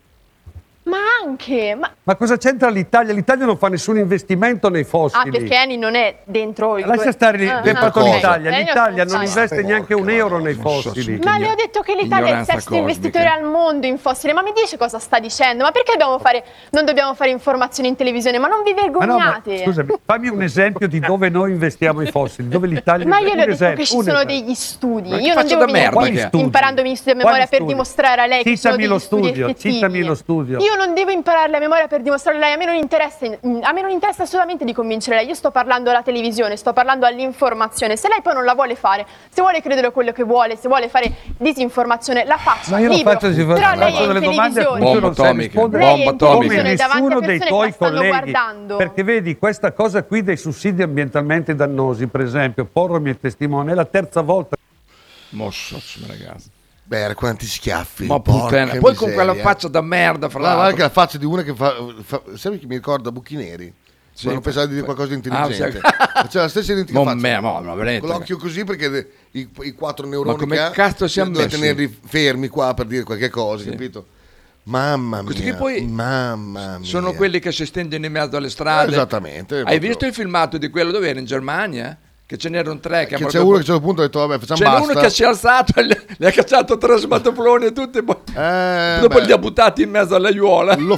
Ma anche, Ma cosa c'entra l'Italia? L'Italia non fa nessun investimento nei fossili. perché Eni non è dentro il... Lascia stare lì, Ah, hai fatto ok. l'Italia. Eni L'Italia non so. investe neanche un euro nei fossili. Ma le ho detto che l'Italia è il Ignoranza sesto cosmica. investitore al mondo in fossile, ma mi dice cosa sta dicendo? Ma perché non dobbiamo fare informazioni in televisione? Ma non vi Ma no, ma vergognate? scusami, fammi un esempio di dove noi investiamo i fossili, dove l'Italia Ma io le ho un detto esempio, che ci un sono esempio. degli studi. Ma che Io non faccia devo da merda venire che è? imparandomi gli studi a memoria Quali per studi? dimostrare a lei che sono Citami degli lo studi studio, effettivi. citami lo studio. Io non devo impararle a memoria per dimostrare a lei, a me non interessa assolutamente di convincere lei. Io sto parlando alla televisione, sto parlando all'informazione. Se lei poi non la vuole fare, se vuole credere quello che vuole, se vuole fare disinformazione, la faccia. Ma io non libero. faccio disinformazione, Però lei è faccio in delle domande a cui televisione. tu non sai rispondere Lei è in come televisione davanti a nessuno dei persone che tuoi la stanno colleghi. guardando. Perché vedi, questa cosa qui dei sussidi ambientalmente dannosi, per esempio, Porro mi è testimone, è la terza volta. Mosso, ragazzi. Beh, quanti schiaffi. Ma porca puttana, poi con miseria. quella faccia da merda, fra Guarda l'altro. che la faccia di una che fa sai che mi ricorda Bucchi Neri? Sì, Quando pensava di dire qualcosa di intelligente. Ah, C'è la stessa identica Mo' faccia. me, mo', ma veramente. Con l'occhio così perché i quattro neuroni Ma come che ha, cazzo siamo deve messi? tenerli fermi qua per dire qualche cosa, Sì. capito? Mamma Questi mia, che poi mamma mia. sono quelli che si stendono in mezzo alle strade. Esattamente, Hai proprio. visto il filmato di quello dove era in Germania? Che ce n'erano tre. Che c'è uno che a un certo punto ha detto vabbè facciamo C'è basta. uno che si è alzato e gli ha cacciato tre smatofloni e tutti. Dopo beh. li ha buttati in mezzo all'aiuola. Lo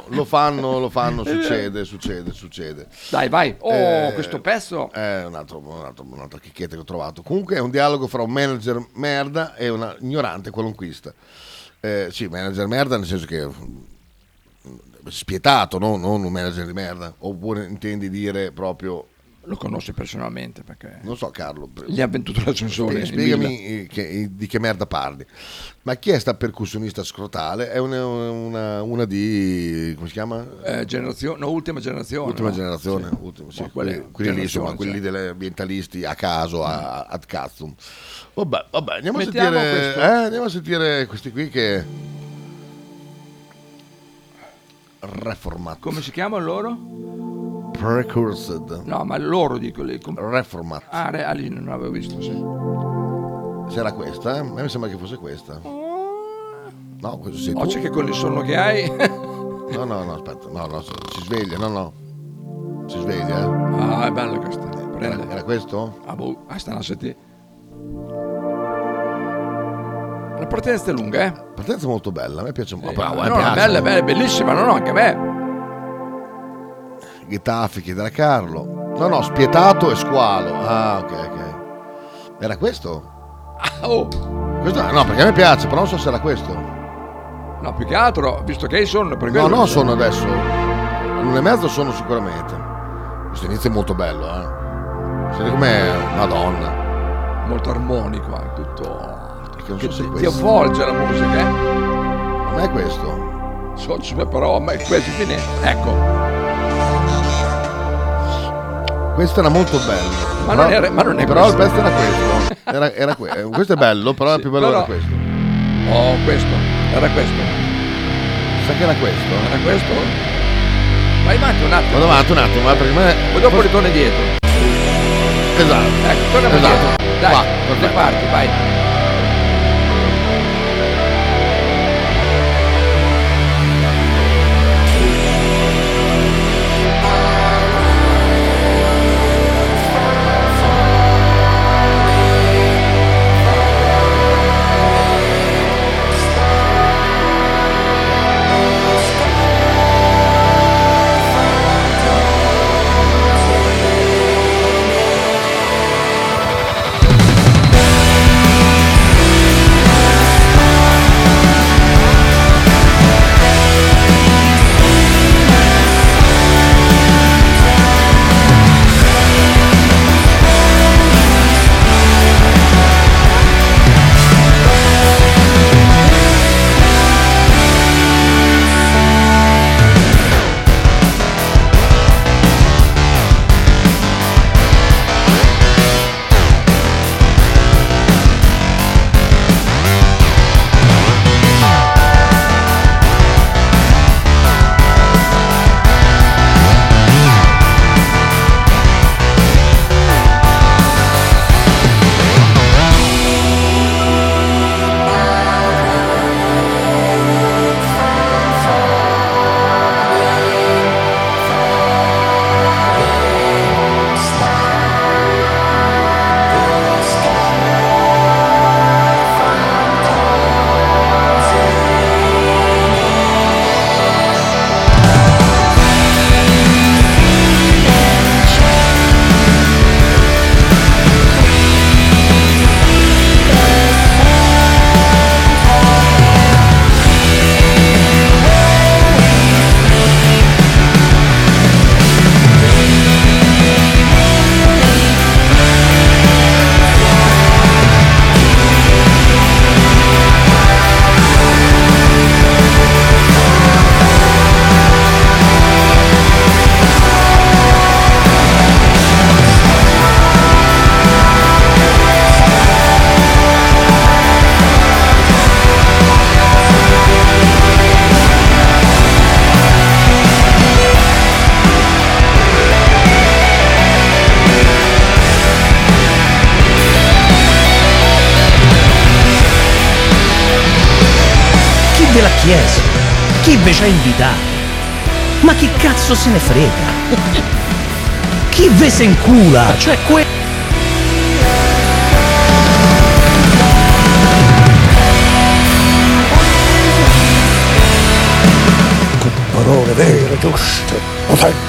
fanno, succede. Dai, vai. Oh, questo pezzo. È un'altra chicchetta che ho trovato. Comunque è un dialogo fra un manager merda e una ignorante qualunquista. Sì, manager merda nel senso che spietato, no? Non un manager di merda. Oppure intendi dire proprio... Lo conosci personalmente perché... Non so, Carlo. Gli ha venduto l'ascensore. in Spiegami di che merda parli. Ma chi è sta percussionista scrotale? È una di... come si chiama? Ultima generazione. Ultima no? generazione. Sì. Ultima, sì, Ma quelli lì, insomma, generazione, quelli cioè. degli ambientalisti a caso, ad cazzum. Vabbè, andiamo a Mettiamo sentire... questo. andiamo a sentire questi qui che... Reformat. Come si chiamano loro? Precursed. No, ma loro dico lì. Reformat. Lì non l'avevo visto, sì. C'era questa, A me mi sembra che fosse questa. No, questo sei tu. Oggi che con il sonno che hai... No, aspetta. No, si sveglia, no. Si sveglia, Ah, è bella questa. Era questo? Sta una setti. La partenza è lunga, La partenza è molto bella, a me piace molto. No, è bella, bellissima, no, anche a me. Getafichi della Carlo. No, spietato e squalo. Ah, ok. Era questo? Questo, no, perché a me piace, però non so se era questo. No, più che altro, visto che hai sonno, per quello. No, sono adesso. 1:30 sono sicuramente. Questo inizio è molto bello, Senti com'è, Madonna. Molto armonico, tutto. Non so se è Ti questo. avvolge la musica, Non è questo. Però, ma questi fine. Ecco. Questo era molto bello. Ma non è però il questo. pezzo era questo. Era questo è bello, però il più bello era questo. Oh, questo. Era questo. Sa che era questo? Era questo? Vai avanti un attimo. Vado avanti un attimo, perché me... Poi dopo ritorni dietro. Esatto. Ecco, torna Esatto. dietro. Dai, Qua, le parti, vai. l'ha chiesto? Chi ve ci ha invitato? Ma chi cazzo se ne frega? Chi ve se incula? Cioè Parole vere, giuste, potenti.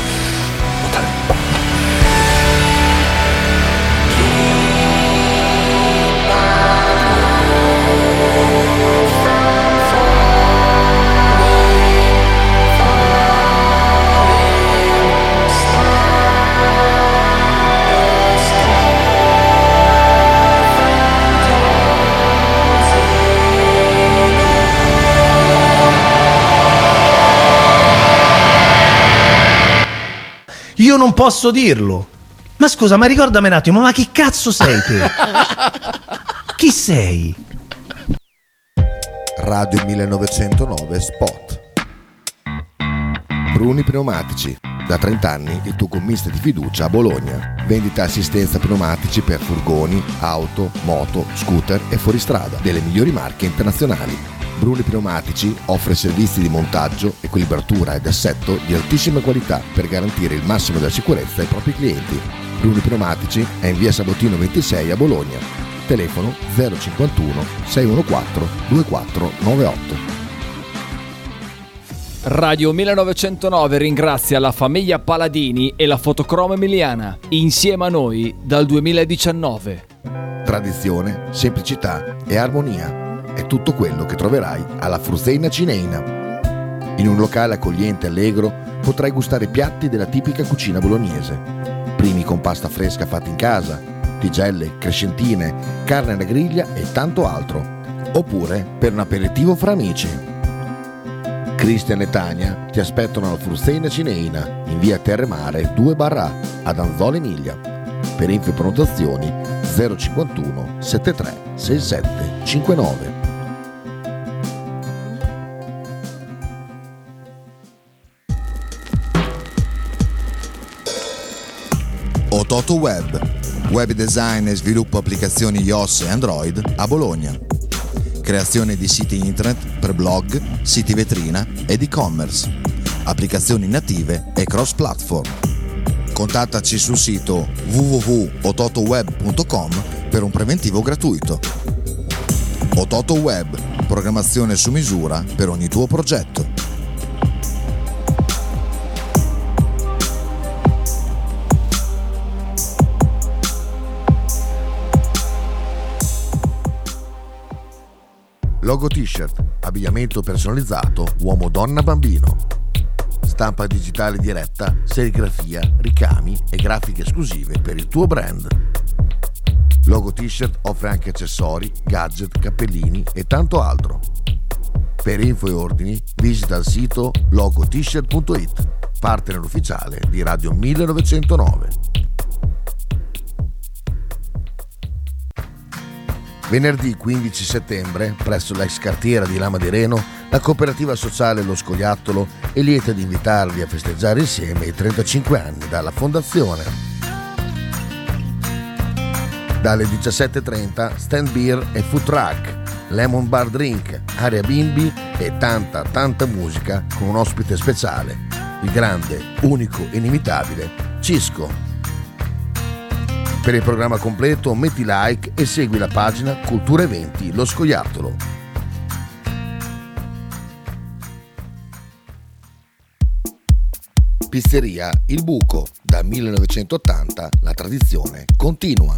Io non posso dirlo. Ma scusa, ma ricordami un attimo, ma chi cazzo sei tu? Chi sei? Radio 1909 Spot. Bruni Pneumatici. Da 30 anni il tuo gommista di fiducia a Bologna. Vendita e assistenza pneumatici per furgoni, auto, moto, scooter e fuoristrada delle migliori marche internazionali. Bruni Pneumatici offre servizi di montaggio, equilibratura ed assetto di altissima qualità per garantire il massimo della sicurezza ai propri clienti. Bruni Pneumatici è in via Sabotino 26 a Bologna. Telefono 051 614 2498. Radio 1909 ringrazia la famiglia Paladini e la Fotocromo Emiliana, insieme a noi dal 2019. Tradizione, semplicità e armonia è tutto quello che troverai alla Fruzeina Cineina. In un locale accogliente e allegro potrai gustare piatti della tipica cucina bolognese. Primi con pasta fresca fatta in casa, tigelle, crescentine, carne alla griglia e tanto altro. Oppure per un aperitivo fra amici. Cristian e Tania ti aspettano alla Fruzeina Cineina in via Terremare 2/A ad Anzola Emilia. Per info e prenotazioni 051 73 67 59. Ototo Web, web design e sviluppo applicazioni iOS e Android a Bologna. Creazione di siti internet per blog, siti vetrina ed e-commerce, applicazioni native e cross-platform. Contattaci sul sito www.ototoweb.com per un preventivo gratuito. Ototo Web, programmazione su misura per ogni tuo progetto. Logo T-shirt, abbigliamento personalizzato uomo, donna, bambino. Stampa digitale diretta, serigrafia, ricami e grafiche esclusive per il tuo brand. Logo T-shirt offre anche accessori, gadget, cappellini e tanto altro. Per info e ordini visita il sito logotshirt.it, partner ufficiale di Radio 1909. Venerdì 15 settembre, presso l'ex cartiera di Lama di Reno, la cooperativa sociale Lo Scoiattolo è lieta di invitarvi a festeggiare insieme i 35 anni dalla fondazione. Dalle 17:30 stand beer e food truck, lemon bar drink, area bimbi e tanta musica con un ospite speciale, il grande, unico, inimitabile Cisco. Per il programma completo metti like e segui la pagina Cultura Eventi Lo Scoiattolo. Pizzeria Il Buco, da 1980 la tradizione continua.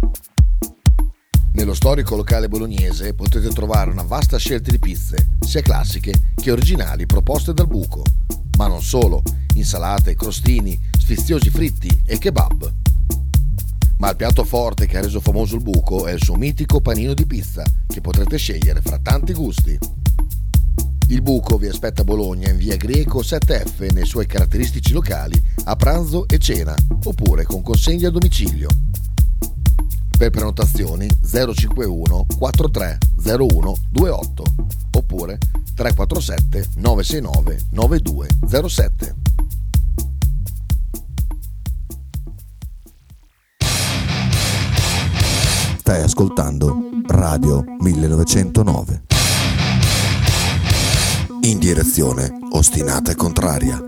Nello storico locale bolognese potete trovare una vasta scelta di pizze, sia classiche che originali proposte dal Buco, ma non solo, insalate, crostini, sfiziosi fritti e kebab. Ma il piatto forte che ha reso famoso il Buco è il suo mitico panino di pizza, che potrete scegliere fra tanti gusti. Il Buco vi aspetta a Bologna in via Greco 7F nei suoi caratteristici locali a pranzo e cena, oppure con consegna a domicilio. Per prenotazioni 051 43 01 28 oppure 347 969 9207. Stai ascoltando Radio 1909. in direzione ostinata e contraria.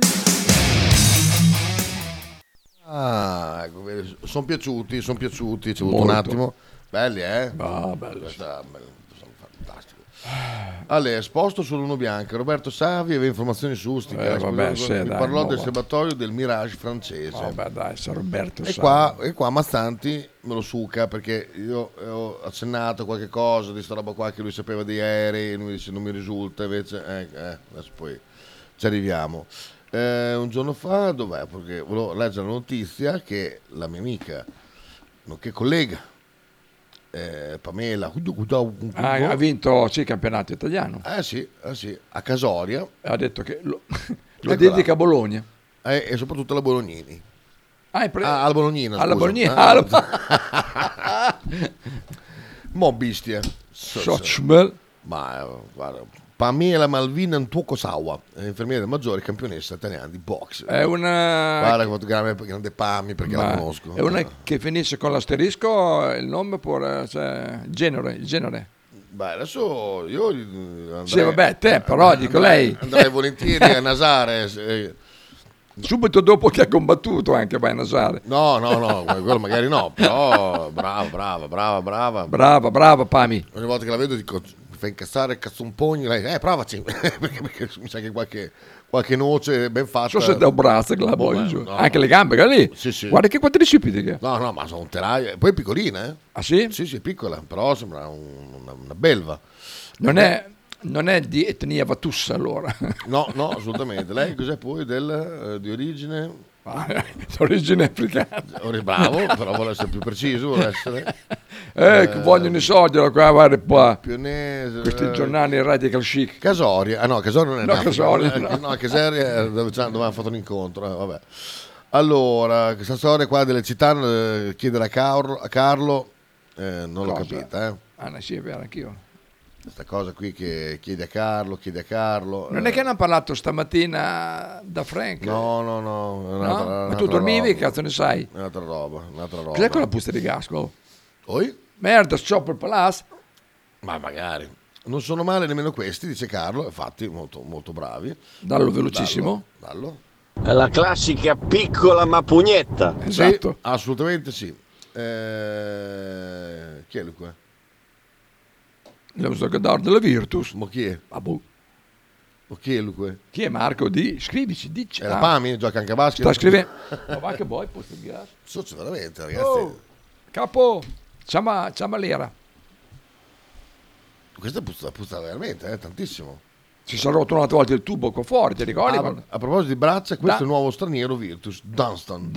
Ah, ecco, sono piaciuti, c'è avuto un Molto. attimo. Belli, belli. Fantastico. Allora, esposto sull'uno bianco. Roberto Savi aveva informazioni su Ustica. Vabbè, sì, mi dai, parlò no, del va. serbatoio del Mirage francese. Vabbè, dai, se Roberto E Savi. qua Mazzanti me lo succa perché io ho accennato qualche cosa di sta roba qua che lui sapeva di aerei, lui dice non mi risulta, invece adesso poi ci arriviamo. Un giorno fa, dov'è? Perché volevo leggere la notizia che la mia amica, nonché collega, Pamela Ha vinto il campionato italiano. sì, a Casoria. Ha detto che lo Eccola. dedica a Bologna. E soprattutto alla Bolognini. Alla Bolognina, alla scusa. Bolognina. Mo bestia. Sochmel. Ma guarda, Pamela Malvina Ntuokosawa, infermiera maggiore, campionessa italiana di box. È una... Guarda che grande Pami perché la conosco. È una che finisce con l'asterisco, il nome pure, cioè, il genere. Beh, adesso io andrei, Sì, vabbè, te però, dico lei. Andrei volentieri a nasare. Subito dopo che ha combattuto anche vai a nasare. No, quello magari no, però brava. Brava, Pami. Ogni volta che la vedo dico, mi fa incazzare, cazzo un pugno, lei, provaci, perché mi sa che qualche noce ben fatta. So se da un braccio che la voglio giù. no. Anche le gambe, che lì. Sì. Guarda che quadricipiti che. No, ma sono un telaio. Poi è piccolina, eh? Ah sì? Sì, è piccola, però sembra una belva. Non è di etnia Vatussa allora. No, assolutamente. Lei cos'è poi di origine? Origine africana. Bravo, però vuole essere più preciso, vuole essere. Che vogliono i soldi, qua, guarda qua. Pionese. Questi giornali radical chic. Casoria. Ah no, Casoria non è nato. Casoria, no. No, Casoria è dove hanno fatto un incontro. Vabbè. Allora, questa storia qua delle città, chiedere a Carlo, non l'ho capita. Ah, sì, è vero, anch'io. Questa cosa qui che chiede a Carlo. Non è che hanno parlato stamattina da Frank? No. Ma tu dormivi, cazzo ne sai? Un'altra roba. Cos'è quella busta di gas? Poi? Merda, Chopper Palace. Ma magari. Non sono male nemmeno questi, dice Carlo, infatti molto, molto bravi. Dallo velocissimo. Dallo. È la classica piccola ma pugnetta. Esatto. Sì, assolutamente sì. Chi è lui qua? Lo giocatore della Virtus. Ma chi è? Ma boh. Ma chi è lui qua? Chi è Marco? Scrivici, dici. È la Pami, gioca anche a basket. Sta scrivendo. Ma va che vuoi, posto di gas. Socio veramente, ragazzi. Oh, capo, ciama l'era. Questa puzza veramente, tantissimo. Si sarà rotto un'altra volta il tubo qua fuori, ti ricordi? A proposito di braccia, questo è il nuovo straniero Virtus, Dunstan.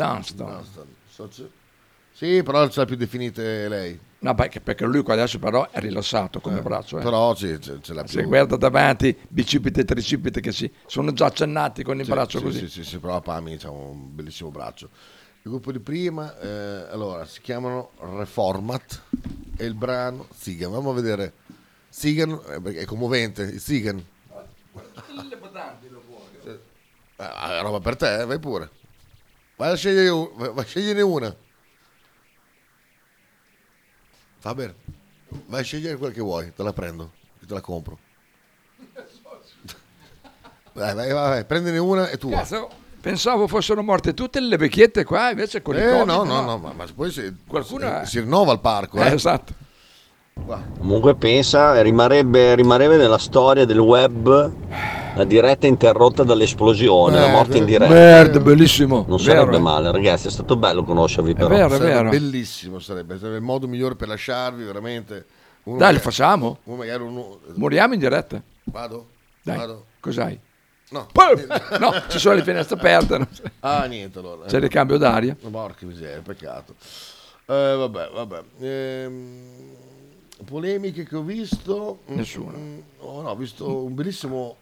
Sì, però ce l'ha più definite lei. No, perché lui qua adesso però è rilassato come braccio. Però sì, ce l'ha più. Se guarda davanti, bicipite e tricipite che sono già accennati con il braccio così. Sì, però Pami ha un bellissimo braccio. Il gruppo di prima, allora, si chiamano Reformat e il brano Zigan. Andiamo a vedere. Zigan, perché è commovente, Zigan. È roba per te, vai pure. Vai a scegliere una. Faber, vai a scegliere quella che vuoi, te la prendo, te la compro. Vai, prendine una e tua. Cazzo, pensavo fossero morte tutte le vecchiette qua, invece con i Covid, no, ma poi qualcuno si rinnova il parco. Esatto. Comunque pensa, rimarrebbe nella storia del web la diretta interrotta dall'esplosione, la morte in diretta. Merda, bellissimo. Non sarebbe male, ragazzi, è stato bello conoscervi però. Sarebbe bellissimo, sarebbe il modo migliore per lasciarvi veramente. Dai, lo facciamo? Uno Moriamo in diretta. Vado? Dai, Vado. Cos'hai? No. No, ci sono le finestre aperte. Ah, niente allora. C'è il ricambio d'aria. Porca miseria, peccato. Vabbè. Polemiche che ho visto. Nessuna. Ho visto un bellissimo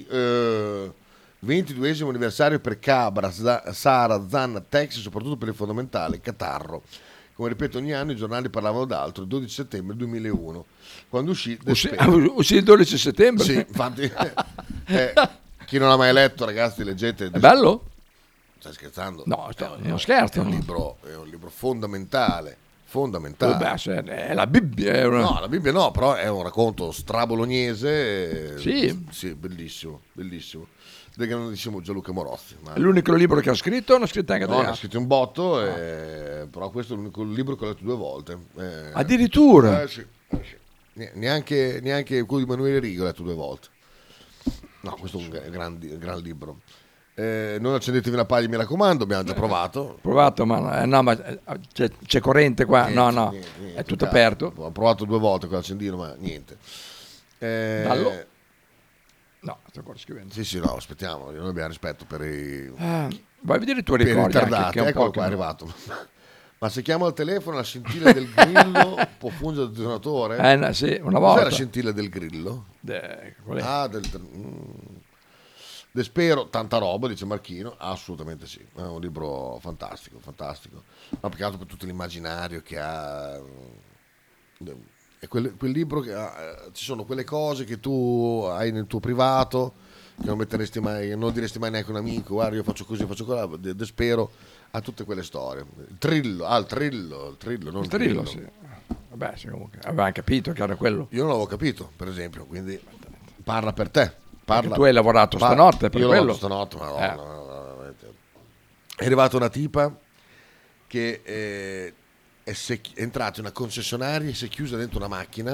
22esimo anniversario per Cabra, Sara, Zanna, Texas, soprattutto per il fondamentale Catarro. Come ripeto ogni anno i giornali parlavano d'altro, il 12 settembre 2001, quando uscì il 12 settembre? Sì, infatti chi non l'ha mai letto, ragazzi, leggete. È bello? Stai scherzando? No, non scherzo. È un libro fondamentale fondamentale. È la Bibbia. È una... No, la Bibbia no, però è un racconto strabolognese. Sì. Bellissimo, bellissimo. Del grandissimo Gianluca Morozzi. È l'unico libro che ha scritto, non ha scritto anche No, ne ha scritto un botto, però questo è l'unico libro che ho letto 2 volte. Addirittura? Sì. Neanche quello di Emanuele Rigo ho letto 2 volte. No, questo è un gran libro. Non accendetevi la paglia, mi raccomando, abbiamo già provato. Ma c'è corrente qua, Niente, è tutto aperto. Ho provato 2 volte con l'accendino, ma niente. Dallo? No, sto ancora scrivendo. Sì, no, aspettiamo, noi abbiamo rispetto per i... vai a vedere i tuoi per ricordi. i ritardati, eccolo qua, è arrivato. Ma se chiamo al telefono la scintilla del grillo può fungere da detonatore? Sì, una volta. Cos'è la scintilla del grillo? Qual è? Despero, tanta roba, dice Marchino. Assolutamente sì, è un libro fantastico. Ma più che altro per tutto l'immaginario che ha. È quel libro che ci sono quelle cose che tu hai nel tuo privato, che non metteresti mai, non diresti mai neanche a un amico, guarda io faccio così, faccio quella. Despero ha tutte quelle storie. Il trillo, non il trillo. Sì. Vabbè, sì, comunque avevamo capito che era quello. Io non l'avevo capito, per esempio, quindi parla per te. Tu hai lavorato stanotte per io quello. Io ho lavorato stanotte, no. È arrivata una tipa che è entrata in una concessionaria e si è chiusa dentro una macchina.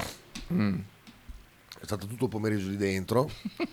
È stata tutto il pomeriggio lì dentro.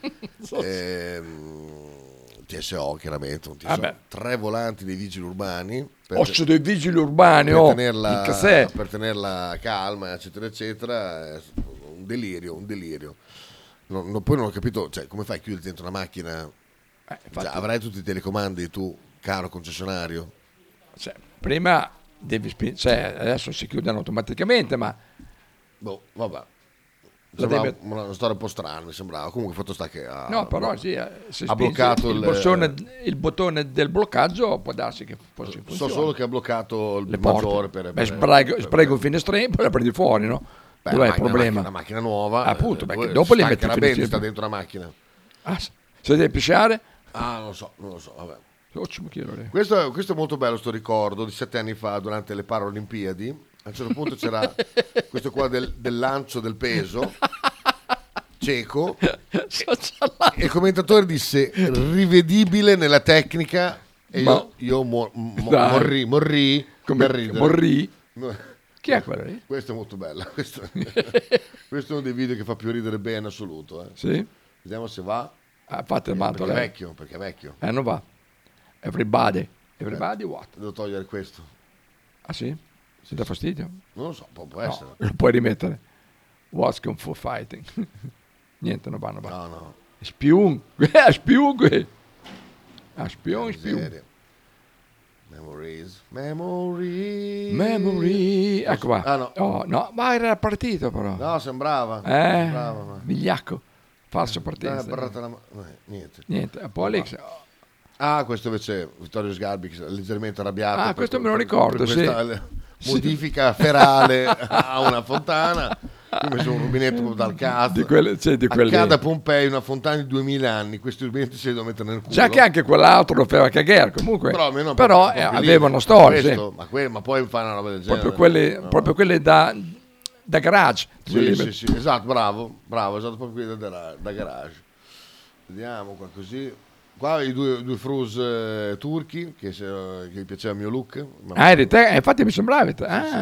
TSO chiaramente, un TSO. 3 volanti dei vigili urbani. Dei vigili urbani, per tenerla calma, eccetera, eccetera. Un delirio. Poi non ho capito, cioè, come fai a chiudere dentro una macchina? Avrai tutti i telecomandi tu, caro concessionario? Prima devi adesso si chiudono automaticamente, ma vabbè. Una storia un po' strana, mi sembrava. Comunque fatto sta che ha bloccato il bottone del bloccaggio, può darsi che fosse in funzione. So solo che ha bloccato il maggiore sprego il finestrino, poi la prendi fuori, no? Dov'è il problema? Una macchina nuova, appunto, perché dopo li metti bene, sta dentro la macchina. Se devi pisciare? Non lo so, vabbè. Questo è molto bello, sto ricordo di 7 anni fa durante le Paralimpiadi. A un certo punto c'era questo qua del lancio del peso cieco e il commentatore disse rivedibile nella tecnica e io morrì per ridere. Chi è quello lì? Questo è molto bello. Questo è uno dei video che fa più ridere bene in assoluto. Sì? Vediamo se va. Fate il manto, perché è vecchio. Non va. Everybody what? Devo togliere questo. Ah sì? Si dà fastidio? Non lo so, può essere. Lo puoi rimettere. What's Kung Fu Fighting? Niente, non va. No. Spion. Spion. Memory. Ecco qua. No, ma era partito però. No, sembrava. Vigliacco. Falso partito. Niente. Poi Alex. Questo invece Vittorio Sgarbi che è leggermente arrabbiato. Questo me lo ricordo, sì. Modifica ferale a una fontana. Io ho messo un rubinetto dal cazzo. Di quelle. Accade a Pompei, una fontana di 2000 anni. Questi rubinetti si devono mettere nel culo. Già che anche quell'altro lo faceva cagare comunque. Però avevano storia. Ma poi fa una roba del genere. Proprio quelle da garage. Sì, esatto, bravo, esatto, proprio da garage. Vediamo qua così. Qua i due frus turchi che gli piaceva il mio look. Eri te? Infatti mi sembrava.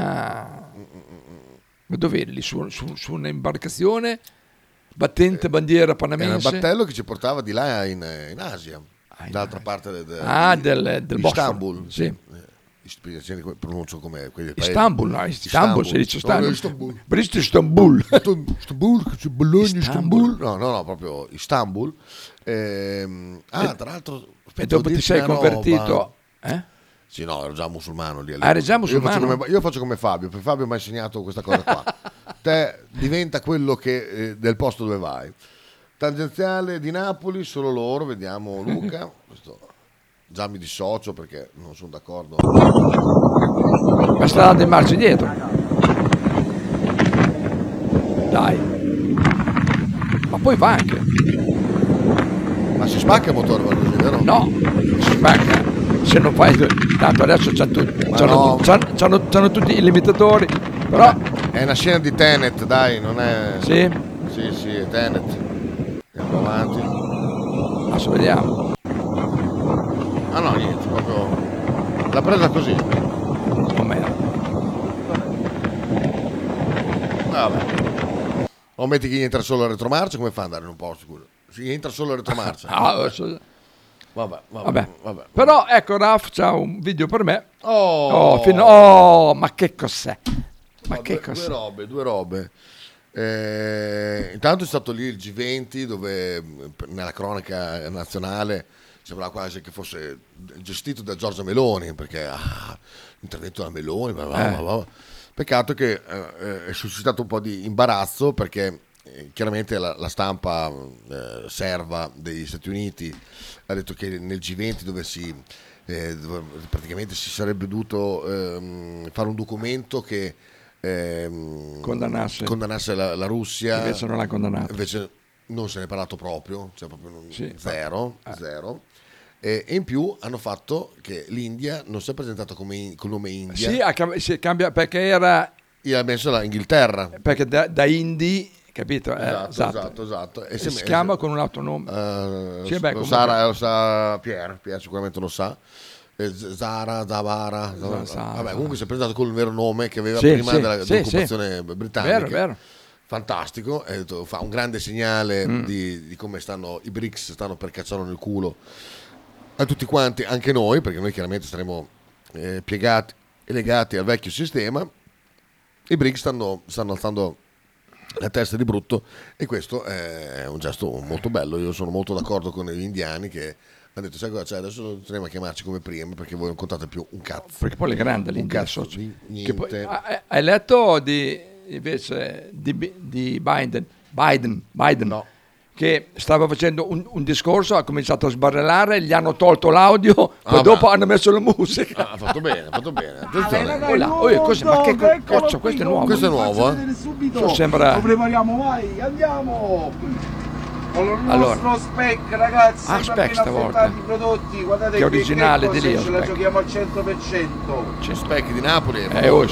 Ma dove eri lì? Su un'imbarcazione battente bandiera panamense? Era il battello che ci portava di là in Asia, dall'altra parte del Istanbul. Sì. Pronuncio come quelli del paese. Istanbul, si dice Istanbul. Istanbul. Istanbul. No, proprio Istanbul. Tra l'altro. E dopo ti sei convertito? Sì, no, ero già musulmano lì. Eri già musulmano? Io faccio come Fabio, perché Fabio mi ha insegnato questa cosa qua. Te diventa quello che del posto dove vai. Tangenziale di Napoli, solo loro, vediamo Luca. Questo già mi dissocio perché non sono d'accordo. Ma sta dando in marcia dietro. Dai. Ma poi va anche. Ma si spacca il motore, vero? No, si spacca. se non fai, tanto adesso c'hanno tutti i limitatori, però è una scena di Tenet, dai, non è... Sì? Sì, è Tenet. Andiamo avanti. Adesso vediamo. Ah no, niente, proprio l'ha presa così. Com'era? Vabbè. O metti che entra solo a retromarcia, come fa ad andare in un posto sicuro? Si entra solo a retromarcia. Vabbè. Però ecco, Raf c'ha un video per me. Ma che cos'è? Due robe. Intanto è stato lì il G20 dove nella cronaca nazionale sembrava quasi che fosse gestito da Giorgia Meloni, perché l'intervento della Meloni, peccato che è suscitato un po' di imbarazzo, perché chiaramente la stampa serva degli Stati Uniti ha detto che nel G20 dove praticamente si sarebbe dovuto fare un documento che condannasse la Russia, invece non l'ha condannato, invece non se ne è parlato proprio, cioè proprio zero. E in più hanno fatto che l'India non si è presentata col nome India. Si cambia perché era... Ha messo l'Inghilterra. Perché da Indi, capito? Esatto. E si chiama con un altro nome. Lo sa Pier sicuramente lo sa. Zavara. Vabbè, comunque si è presentato col vero nome che aveva prima dell'occupazione britannica. Vero. Fantastico, fa un grande segnale di come i BRICS stanno per cacciarlo nel culo a tutti quanti, anche noi, perché noi chiaramente staremo piegati e legati al vecchio sistema. I BRICS stanno alzando la testa di brutto, e questo è un gesto molto bello. Io sono molto d'accordo con gli indiani che hanno detto: sai cosa, adesso torniamo a chiamarci come prima, perché voi non contate più un cazzo. Perché poi è grande l'India, niente. Poi, hai letto invece di Biden no, che stava facendo un discorso, ha cominciato a sbarellare, gli hanno tolto l'audio, poi dopo hanno messo la musica. Ha fatto bene. Attenzione. Ma che cazzo, questo è nuovo. Questo è nuovo, Sembra... Lo prepariamo, vai, andiamo. Con il nostro spec, ragazzi, spec stavolta. I prodotti, guardate che originale di lì. Ce la giochiamo al 100%. C'è spec di Napoli.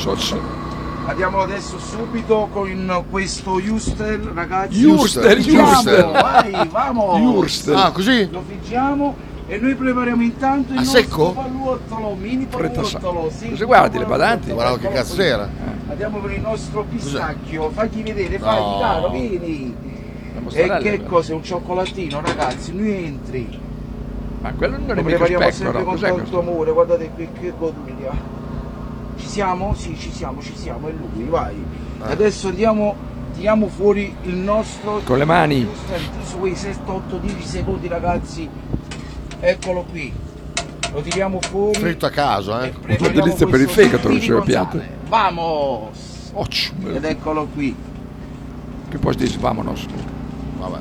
Andiamo adesso subito con questo Justel, ragazzi. Justel. Vai, vamos. Così? Lo friggiamo e noi prepariamo intanto il nostro secco? palluottolo, mini palluottolo. Così guardi le badanti. Guarda che cazzo era. Andiamo con il nostro pistacchio, fagli vedere, fai, caro, vieni. E che cos'è? Un cioccolatino, ragazzi, lui entri. Ma quello non è mica prepariamo spec, sempre però. con tanto amore, guardate qui che goduria. Ci siamo? Sì, ci siamo, è lui, vai. Adesso tiriamo fuori il nostro... Con le mani. Su quei 7-8-10 secondi, ragazzi. Eccolo qui. Lo tiriamo fuori. Fritto a caso, Una delizia per il fegato, non c'è piatto. Vamos! Ed eccolo qui. Che poi dici, vamonos. Vabbè.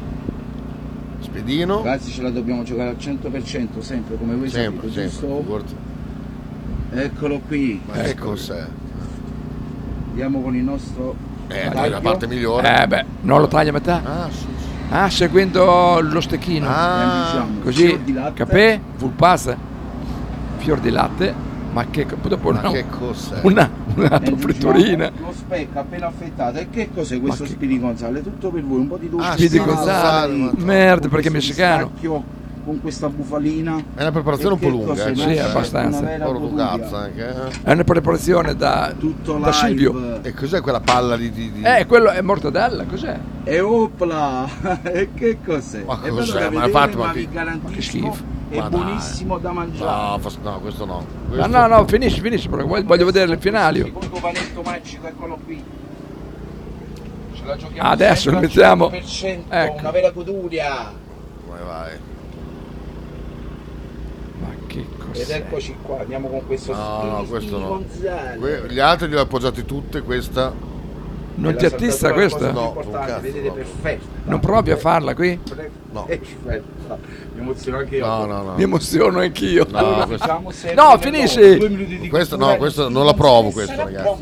Spedino. Ragazzi, ce la dobbiamo giocare al 100%, sempre come voi sempre, giusto? Eccolo qui. Ma che cos'è? Andiamo con il nostro la parte migliore. Non lo taglia a metà? Seguendo lo stecchino. Così, capè, full pass, fior di latte. Ma che cos'è? Una fritturina. Lo specca appena affettato. E che cos'è questo Speedy Gonzale? Tutto per voi, un po' di dolce. Speedy Gonzale. Merda, perché è messicano. Con questa bufalina. È una preparazione un po' lunga, sì, abbastanza. È una preparazione da Silvio. E cos'è quella palla di... quello è mortadella, cos'è? E opla! E che cos'è? Ma cos'è? Ma vi garantisco, che schifo. È buonissimo da mangiare. No, questo no. No, finisci, però voglio vedere il finale. Il secondo panetto magico, eccolo qui. Ce la giochiamo adesso lo mettiamo. 100%, una vera goduria. Vai. Ma che cos'è? Ed eccoci qua, andiamo con questo questo no. Gonzale. Gli altri li ho appoggiati tutte, questa non ti attista questa? No, vedete, perfetta. Non provi a farla qui? No. Mi emoziono anche io. No. Mi emoziono anch'io. No, finisci. Questo non la provo, questo, ragazzi.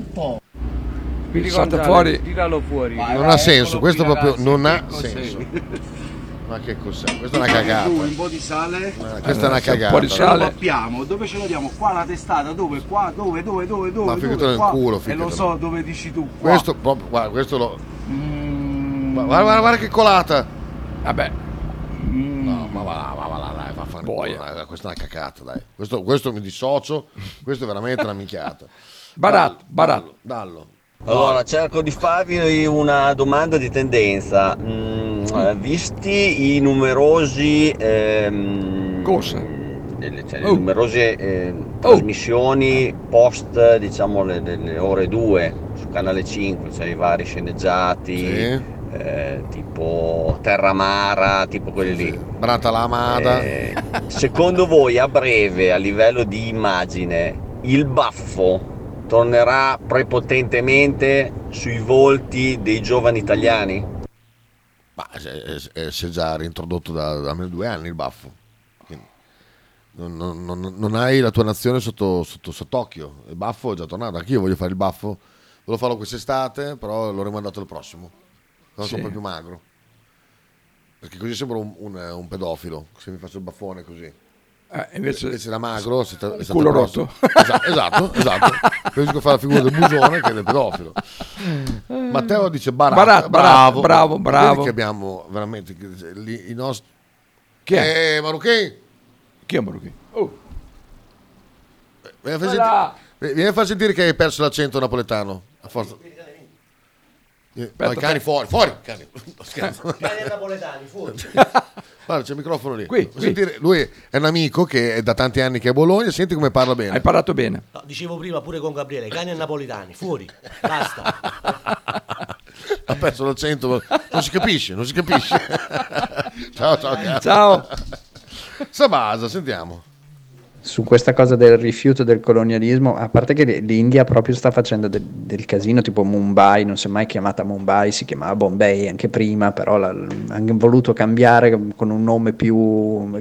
Mi ricorda fuori. Tiralo fuori. Non ha senso, questo proprio non ha senso. Ma che cos'è? Questa è una cagata. Un po' di sale. Questa è una cagata. Un po' di sale. Lo pappiamo. Dove ce l'abbiamo? Qua la testata, dove? Qua, dove? Ma ficatelo nel culo, E lo so dove dici tu. Qua. Questo proprio, guarda, questo lo. Guarda che colata. Vabbè. No, ma va, dai, va a fare boia. Questa è una cacata, dai. Questo mi dissocio, questo è veramente una minchiata. Barat. Dallo. Allora, cerco di farvi una domanda di tendenza. Visti i numerosi numerose trasmissioni post, diciamo, le ore 2 su Canale 5, cioè i vari sceneggiati, tipo Terramara, tipo quelli lì. Brata l'amada. Secondo voi a breve, a livello di immagine, il baffo tornerà prepotentemente sui volti dei giovani italiani? Ma si è già reintrodotto da almeno 2 anni il baffo. Quindi non hai la tua nazione sott'occhio. Il baffo è già tornato. Anch'io voglio fare il baffo. Volevo farlo quest'estate, però l'ho rimandato al prossimo. Non sono un po' più magro. Perché così sembro un pedofilo, se mi faccio il baffone così. Invece da magro è culo rotto. Esatto. Penso fare la figura del musone che è del pedofilo. Matteo dice Barat. Bravo. Vedi che abbiamo veramente i nostri. Chi è? Marucchi? Chi è Marucchi? Vieni a far sentire che hai perso l'accento napoletano. A forza. I cani fuori. Cani napoletani fuori. Guarda, c'è il microfono lì. Qui. Sentire, lui è un amico che è da tanti anni che è a Bologna, senti come parla bene. Hai parlato bene. No, dicevo prima pure con Gabriele, cani napoletani, fuori. Basta. Ha perso l'accento, non si capisce. Ciao. Ciao. Sabasa, sentiamo. Su questa cosa del rifiuto del colonialismo, a parte che l'India proprio sta facendo del casino, tipo Mumbai, non si è mai chiamata Mumbai, si chiamava Bombay anche prima, però hanno voluto cambiare con un nome più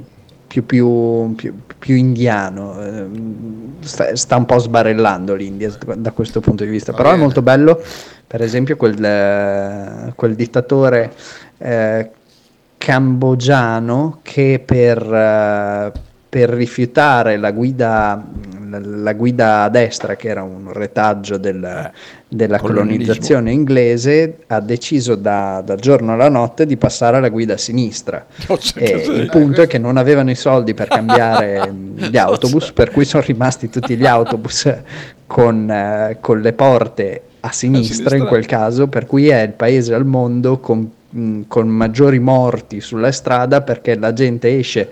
indiano. Sta un po' sbarellando l'India da questo punto di vista, però è molto bello, per esempio quel dittatore cambogiano che per rifiutare la guida a destra, che era un retaggio della colonizzazione inglese, ha deciso dal giorno alla notte di passare alla guida a sinistra. Il punto è che non avevano i soldi per cambiare gli autobus, per cui sono rimasti tutti gli autobus con le porte a sinistra in quel caso, per cui è il paese al mondo con maggiori morti sulla strada, perché la gente esce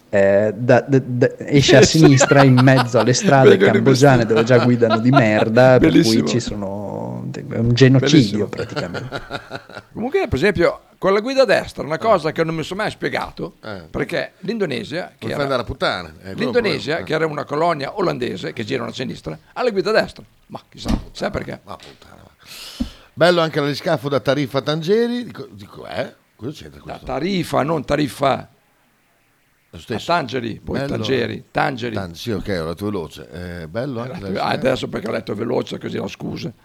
a sinistra in mezzo alle strade cambogiane dove già guidano di merda. Bellissimo. Per cui è un genocidio. Bellissimo. Praticamente. Comunque, per esempio, con la guida a destra, una cosa che non mi sono mai spiegato, perché l'Indonesia, che era una colonia olandese che girano a sinistra, ha la guida a destra, ma chissà, sai perché? Bello anche l'aliscafo da Tarifa Tangeri. Cosa c'entra questo? Da Tarifa, non Tariffa. Tangeri, poi Tangeri. Sì, ok, ho letto veloce. Bello anche adesso perché ho letto veloce, così ho scuse.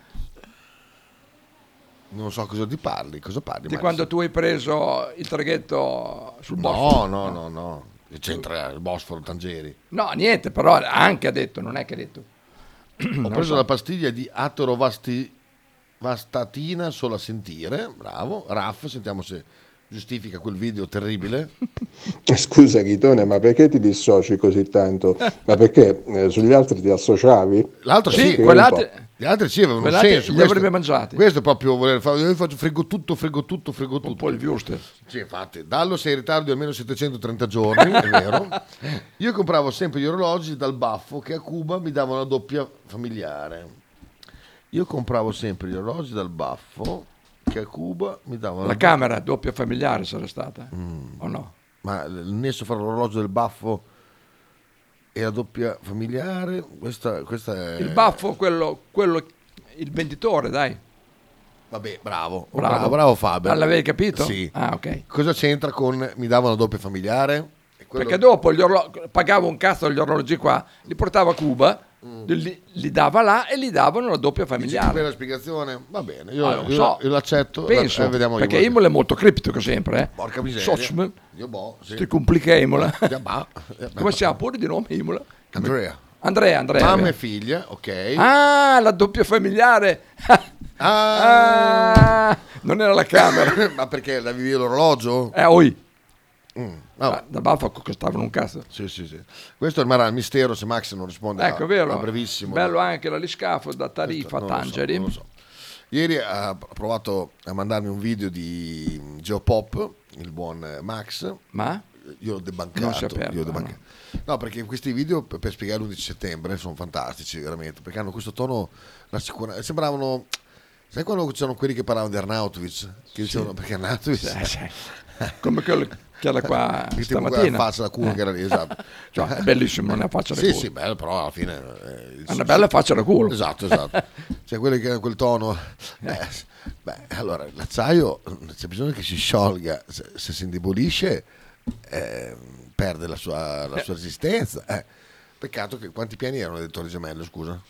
Non so cosa ti parli. Cosa parli? Di quando tu hai preso il traghetto sul Bosforo? No. Che c'entra il Bosforo Tangeri? No, niente, però anche ha detto, non è che ha detto. Ho preso la pastiglia di atorovastatina solo a sentire. Bravo. Raff, sentiamo se giustifica quel video terribile. Scusa Chitone, ma perché ti dissoci così tanto? Ma perché sugli altri ti associavi? L'altro sì, gli altri sì avevano un senso. Li avrebbe mangiati. Questo è proprio voler fare. Io frego tutto. Un po' il Würstel. Sì, infatti. Dallo sei in ritardo di almeno 730 giorni, è vero. Io compravo sempre gli orologi dal baffo che a Cuba mi davano la doppia familiare. Che a Cuba mi davano la camera doppia familiare sarà stata o no? Ma il nesso fra l'orologio del baffo e la doppia familiare, questa è il baffo, quello il venditore, dai. Vabbè, bravo Faber. L'avevi capito? Sì. Ah, ok. Cosa c'entra con mi davano la doppia familiare? Perché dopo pagavo un cazzo degli orologi qua, li portavo a Cuba Li dava là e gli davano la doppia familiare. Per la spiegazione, va bene, io, non so. io l'accetto. Penso, vediamo perché Imola è molto criptico sempre. Porca miseria. Sochme. Sì. Ti complica Imola. Come Come si chiama pure di nome Imola? Andrea. Mamma vero. e figlia, ok. Ah, la doppia familiare. Non era la camera. Ma perché la vivi l'orologio? Da Baffa costavano un cazzo. Sì. Questo rimarrà il mistero se Max non risponde Ecco, vero. a brevissimo. Bello anche l'aliscafo da Tarifa Tangeri. Non lo so. Ieri ha provato a mandarmi un video di Geopop, il buon Max. Ma? Io l'ho debancato. Non si è aperto, no, perché questi video per spiegare l'11 settembre sono fantastici veramente, perché hanno questo tono rassicurante. Sembravano, sai quando c'erano quelli che parlavano di Arnautovic, che dicevano perché Arnautovic come quello che era qua il stamattina, faccia da culo che era lì, esatto. Cioè, è bellissimo, non è faccia da culo. Sì, bello, però alla fine è una bella faccia da culo. Esatto. Cioè quelli che hanno quel tono. Allora l'acciaio c'è bisogno che si sciolga, se si indebolisce perde la sua resistenza. Peccato che quanti piani erano le Torri Gemelle, scusa?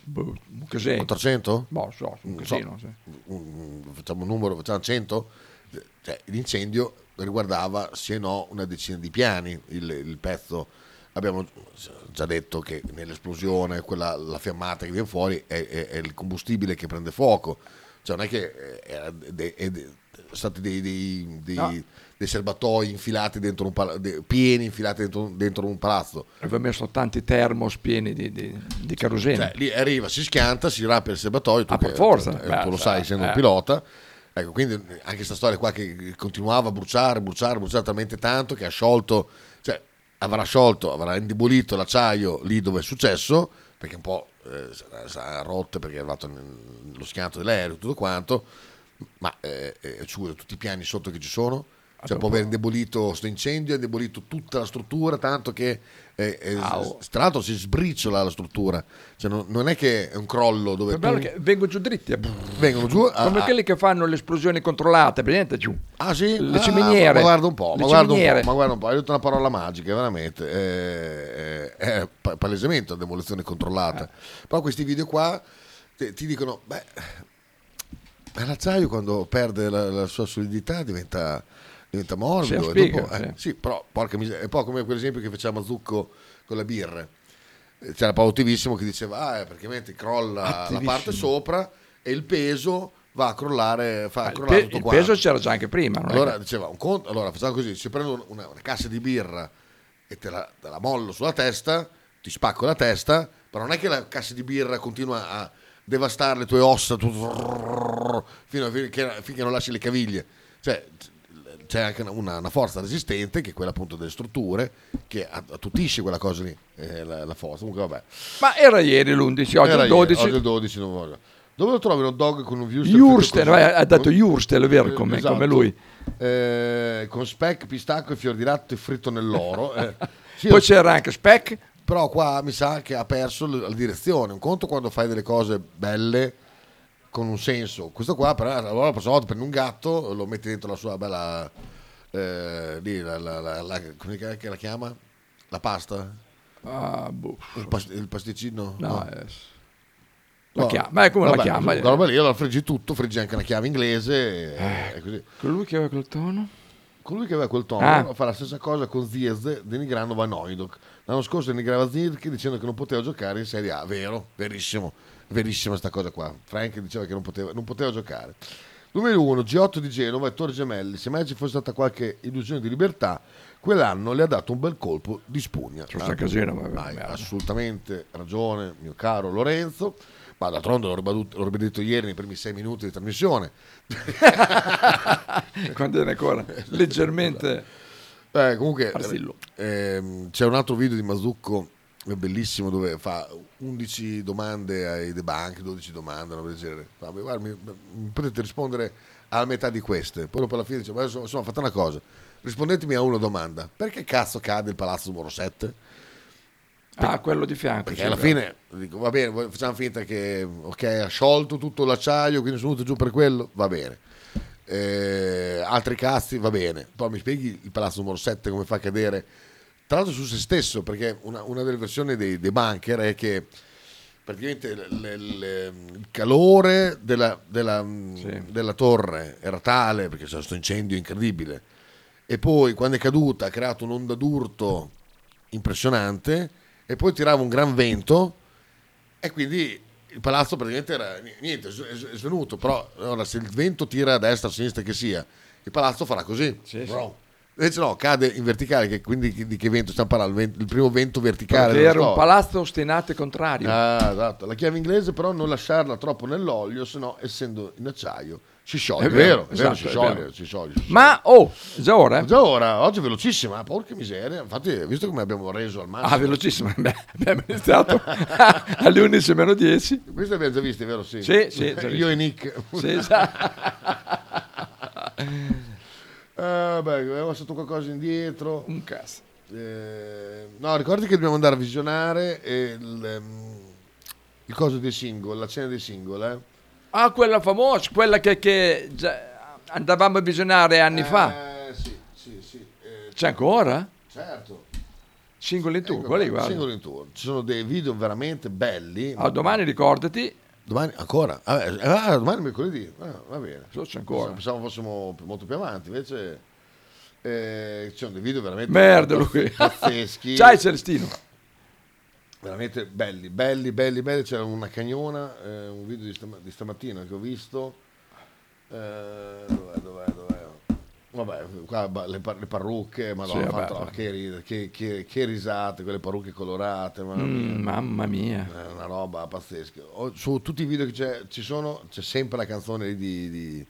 400? Un casino, sì. Facciamo un numero, facciamo 100? Cioè, l'incendio riguardava, se no, una decina di piani. Il pezzo, abbiamo già detto che nell'esplosione, la fiammata che viene fuori è il combustibile che prende fuoco. Cioè non è che sono stati dei serbatoi infilati dentro pieni infilati dentro un palazzo. Aveva messo tanti termos pieni di kerosene. Cioè, lì arriva, si schianta, si rapia il serbatoio. Per forza. Tu lo sai, essendo un pilota. Ecco, quindi anche questa storia qua che continuava a bruciare talmente tanto che ha sciolto, cioè avrà indebolito l'acciaio lì dove è successo, perché un po' sarà rotto perché è arrivato lo schianto dell'aereo e tutto quanto, ma tutti i piani sotto che ci sono, cioè può aver indebolito sto incendio, ha indebolito tutta la struttura, tanto che tra l'altro si sbriciola la struttura, cioè non è che è un crollo dove è bello che vengono giù dritti, vengono giù come quelli che fanno le esplosioni controllate, praticamente giù. Sì? Le ciminiere. Ma guarda un po', hai detto una parola magica, veramente. È palesemente una demolizione controllata. Però questi video qua ti dicono, l'acciaio quando perde la sua solidità diventa morbido. Sì, però porca miseria, è un po' come quell'esempio che facciamo a Zucco con la birra. C'era Paolo Tivissimo che diceva praticamente crolla la parte sopra e il peso va a crollare, tutto quanto. Il peso c'era già anche prima. Allora diceva allora facciamo così: se prendo una cassa di birra e te la mollo sulla testa, ti spacco la testa, però non è che la cassa di birra continua a devastare le tue ossa finché non lasci le caviglie. Cioè c'è anche una forza resistente che è quella appunto delle strutture che attutisce quella cosa lì, la forza. Comunque vabbè. Ma era ieri l'11, oggi il 12. Oggi il 12 non voglio. Dove lo trovi un hot dog con un Würstel, ha dato Würstel, è vero, come lui. Con speck, pistacchio e fior di latte fritto nell'oro. Poi c'era anche speck. Però qua mi sa che ha perso la direzione. Un conto quando fai delle cose belle con un senso. Questo qua però allora la prossima volta prendi un gatto, lo metti dentro la sua bella lì, come la chiama? La pasta? Il pasticcino? No. Ma è come la chiama? La roba lì, allora friggi tutto, friggi anche la chiave inglese e così. Colui che aveva quel tono? Colui che aveva quel tono fa la stessa cosa con Ziyech denigrando Van Hooijdonk. L'anno scorso denigrava Ziyech dicendo che non poteva giocare in Serie A. Vero, verissima sta cosa qua. Frank diceva che non poteva giocare. Numero 1, G8 di Genova e Torri Gemelli. Se mai ci fosse stata qualche illusione di libertà, quell'anno le ha dato un bel colpo di spugna. Hai assolutamente ragione, mio caro Lorenzo. Ma d'altronde l'ho ribadito ieri nei primi 6 minuti di trasmissione. Quando era ancora leggermente comunque c'è un altro video di Mazzucco bellissimo dove fa 11 domande ai debunk, 12 domande, una del genere. Guarda, mi potete rispondere alla metà di queste. Poi dopo alla fine dice: ma insomma, fate una cosa, rispondetemi a una domanda: perché cazzo cade il palazzo numero 7? Quello di fianco. Perché alla fine dico, va bene, facciamo finta che ha sciolto tutto l'acciaio, quindi sono venuto giù per quello, va bene. Altri cazzi, va bene. Poi mi spieghi il palazzo numero 7 come fa a cadere? Tra l'altro su se stesso, perché una delle versioni dei bunker è che praticamente il calore della torre era tale, perché c'è questo incendio incredibile, e poi quando è caduta ha creato un'onda d'urto impressionante, e poi tirava un gran vento, e quindi il palazzo praticamente era niente, è svenuto. Però ora, se il vento tira a destra, a sinistra che sia, il palazzo farà così. Invece no, cade in verticale, che quindi di che vento stiamo parlando? Il primo vento verticale. Perché era un palazzo ostinato e contrario. Esatto. La chiave inglese però non lasciarla troppo nell'olio, sennò essendo in acciaio si scioglie. È vero, esatto, si scioglie. Ma già ora? Già ora, oggi è velocissima, porca miseria. Infatti, visto come abbiamo reso al massimo. Velocissima. Abbiamo iniziato alle 11:10. Questo abbiamo già visto, vero? Sì. Sì, Io e Nick. Sì, esatto. Aveva fatto qualcosa indietro. Un cazzo. No, ricordi che dobbiamo andare a visionare il coso dei single, la cena dei single, Ah, quella famosa, quella che già andavamo a visionare anni fa. Sì. C'è ancora? Certo. Single in tour, quelli, guarda. Single in tour. Ci sono dei video veramente belli. Domani ricordati. Domani ancora? Domani mercoledì. Va bene. C'è ancora. Pensavo fossimo molto più avanti, invece ci sono dei video veramente pazzeschi. Ciao Celestino. Veramente belli. C'era una cagnona, un video di stamattina che ho visto. Dov'è? Vabbè, qua le parrucche, madonna, che risate, quelle parrucche colorate, mamma mia. È una roba pazzesca. Su tutti i video che c'è sempre la canzone di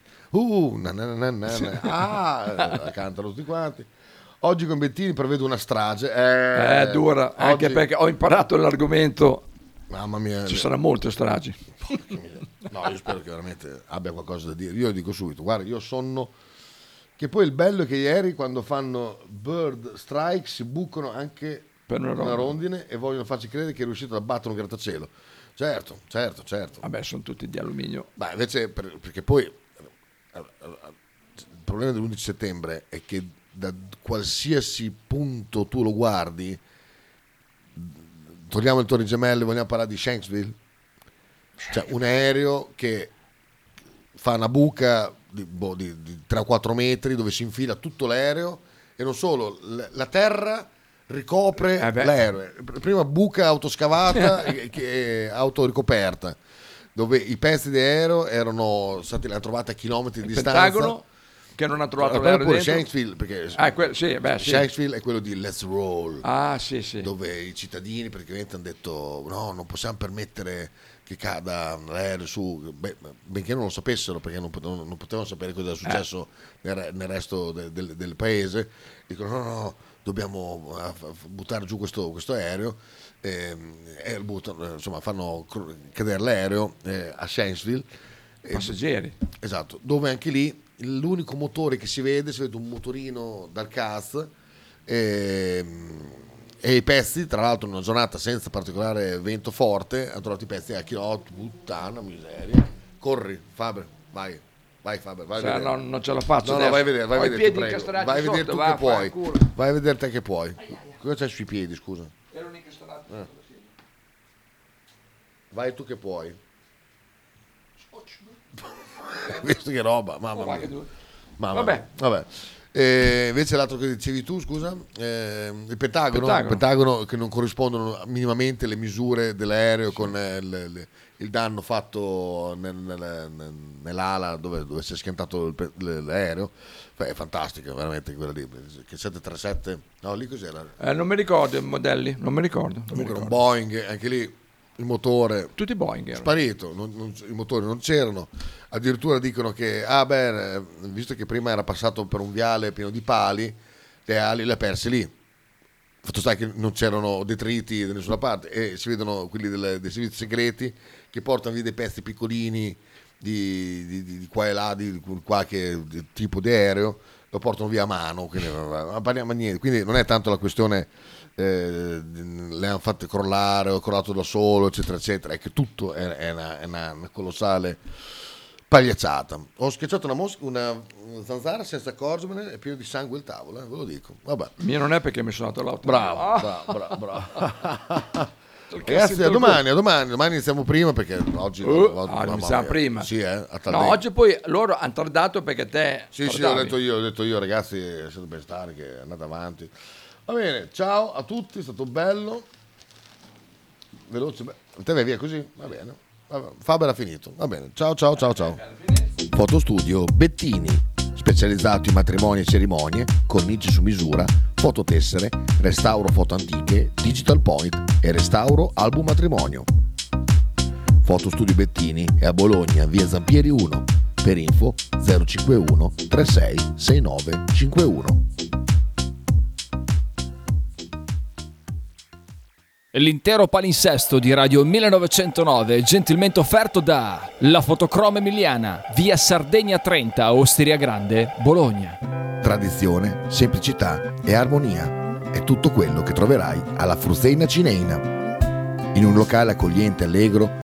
la cantano tutti quanti. Oggi con Bettini prevedo una strage. Dura, anche perché ho imparato l'argomento. Mamma mia. Ci saranno molte stragi. No, io spero che veramente abbia qualcosa da dire. Io dico subito, guarda, io sonno. Che poi il bello è che ieri, quando fanno Bird Strike, si bucano anche per una rondine e vogliono farci credere che è riuscito ad abbattere un grattacielo. Certo. Vabbè, sono tutti di alluminio. Beh, invece, perché poi il problema dell'11 settembre è che da qualsiasi punto tu lo guardi, togliamo le Torri Gemelle, vogliamo parlare di Shanksville, cioè un aereo che fa una buca di 3 o 4 metri dove si infila tutto l'aereo, e non solo, la terra ricopre l'aereo. Prima buca autoscavata e autoricoperta, dove i pezzi di aereo erano stati trovati a chilometri di distanza. Pentagono che non ha trovato l'aereo pure dentro. Shanksville, perché Shanksville è quello di Let's Roll, dove i cittadini praticamente hanno detto no, non possiamo permettere che cada l'aereo su, benché non lo sapessero, perché non potevano sapere cosa era successo nel resto del paese. Dicono no, dobbiamo buttare giù questo aereo, e buttano, insomma, fanno cadere l'aereo a Shanksville. Passeggeri. Esatto, dove anche lì l'unico motore che si vede un motorino dal cast, e i pezzi, tra l'altro in una giornata senza particolare vento forte, hanno trovato i pezzi a chilometri, puttana miseria. Corri Faber, vai Faber, vai a vedere. Non ce la faccio. No, vai a vedere, vai a vedere, ti prego. Vai a vedere tu che puoi. Vai a vedere te che puoi. Cosa c'è sui piedi, scusa? Ero incastrato. Vai tu che puoi. Visto che roba, mamma mia. Vabbè. Invece l'altro che dicevi tu, scusa, il Pentagono che non corrispondono minimamente le misure dell'aereo con il danno fatto nell'ala dove si è schiantato l'aereo. È fantastica veramente quella lì, che 737, no, lì cos'era? Non mi ricordo i modelli, non mi ricordo. Comunque era un Boeing, anche lì il motore tutti Boeing sparito, i motori non c'erano. Addirittura dicono che visto che prima era passato per un viale pieno di pali, le ali le ha perse lì. Fatto sta che non c'erano detriti da nessuna parte, e si vedono quelli dei servizi segreti che portano via dei pezzi piccolini di qua e là di qualche tipo di aereo, lo portano via a mano, quindi non parliamo niente. Quindi non è tanto la questione le hanno fatte crollare, ho crollato da solo, eccetera eccetera, è che tutto è una colossale pagliacciata. Ho schiacciato una zanzara senza accorgermene, è pieno di sangue il tavolo, ve lo dico. Vabbè. Mio non è, perché mi sono dato l'auto. Bravo. Ragazzi, a domani iniziamo prima perché oggi iniziamo prima. Sì, no, oggi poi loro hanno tardato perché te Sì, ho detto io, ragazzi, siete ben stare che andate avanti. Va bene, ciao a tutti, è stato bello. Veloce, te vai via così? Va bene. Faber ha finito. Va bene. Ciao. Fotostudio Bettini, specializzato in matrimoni e cerimonie, cornici su misura, fototessere, restauro foto antiche, digital point e restauro album matrimonio. Fotostudio Bettini è a Bologna, via Zampieri 1. Per info 051 36 69 51. L'intero palinsesto di Radio 1909 è gentilmente offerto da La Fotocroma Emiliana, via Sardegna 30, Osteria Grande, Bologna. Tradizione, semplicità e armonia è tutto quello che troverai alla Fruzeina Cineina. In un locale accogliente e allegro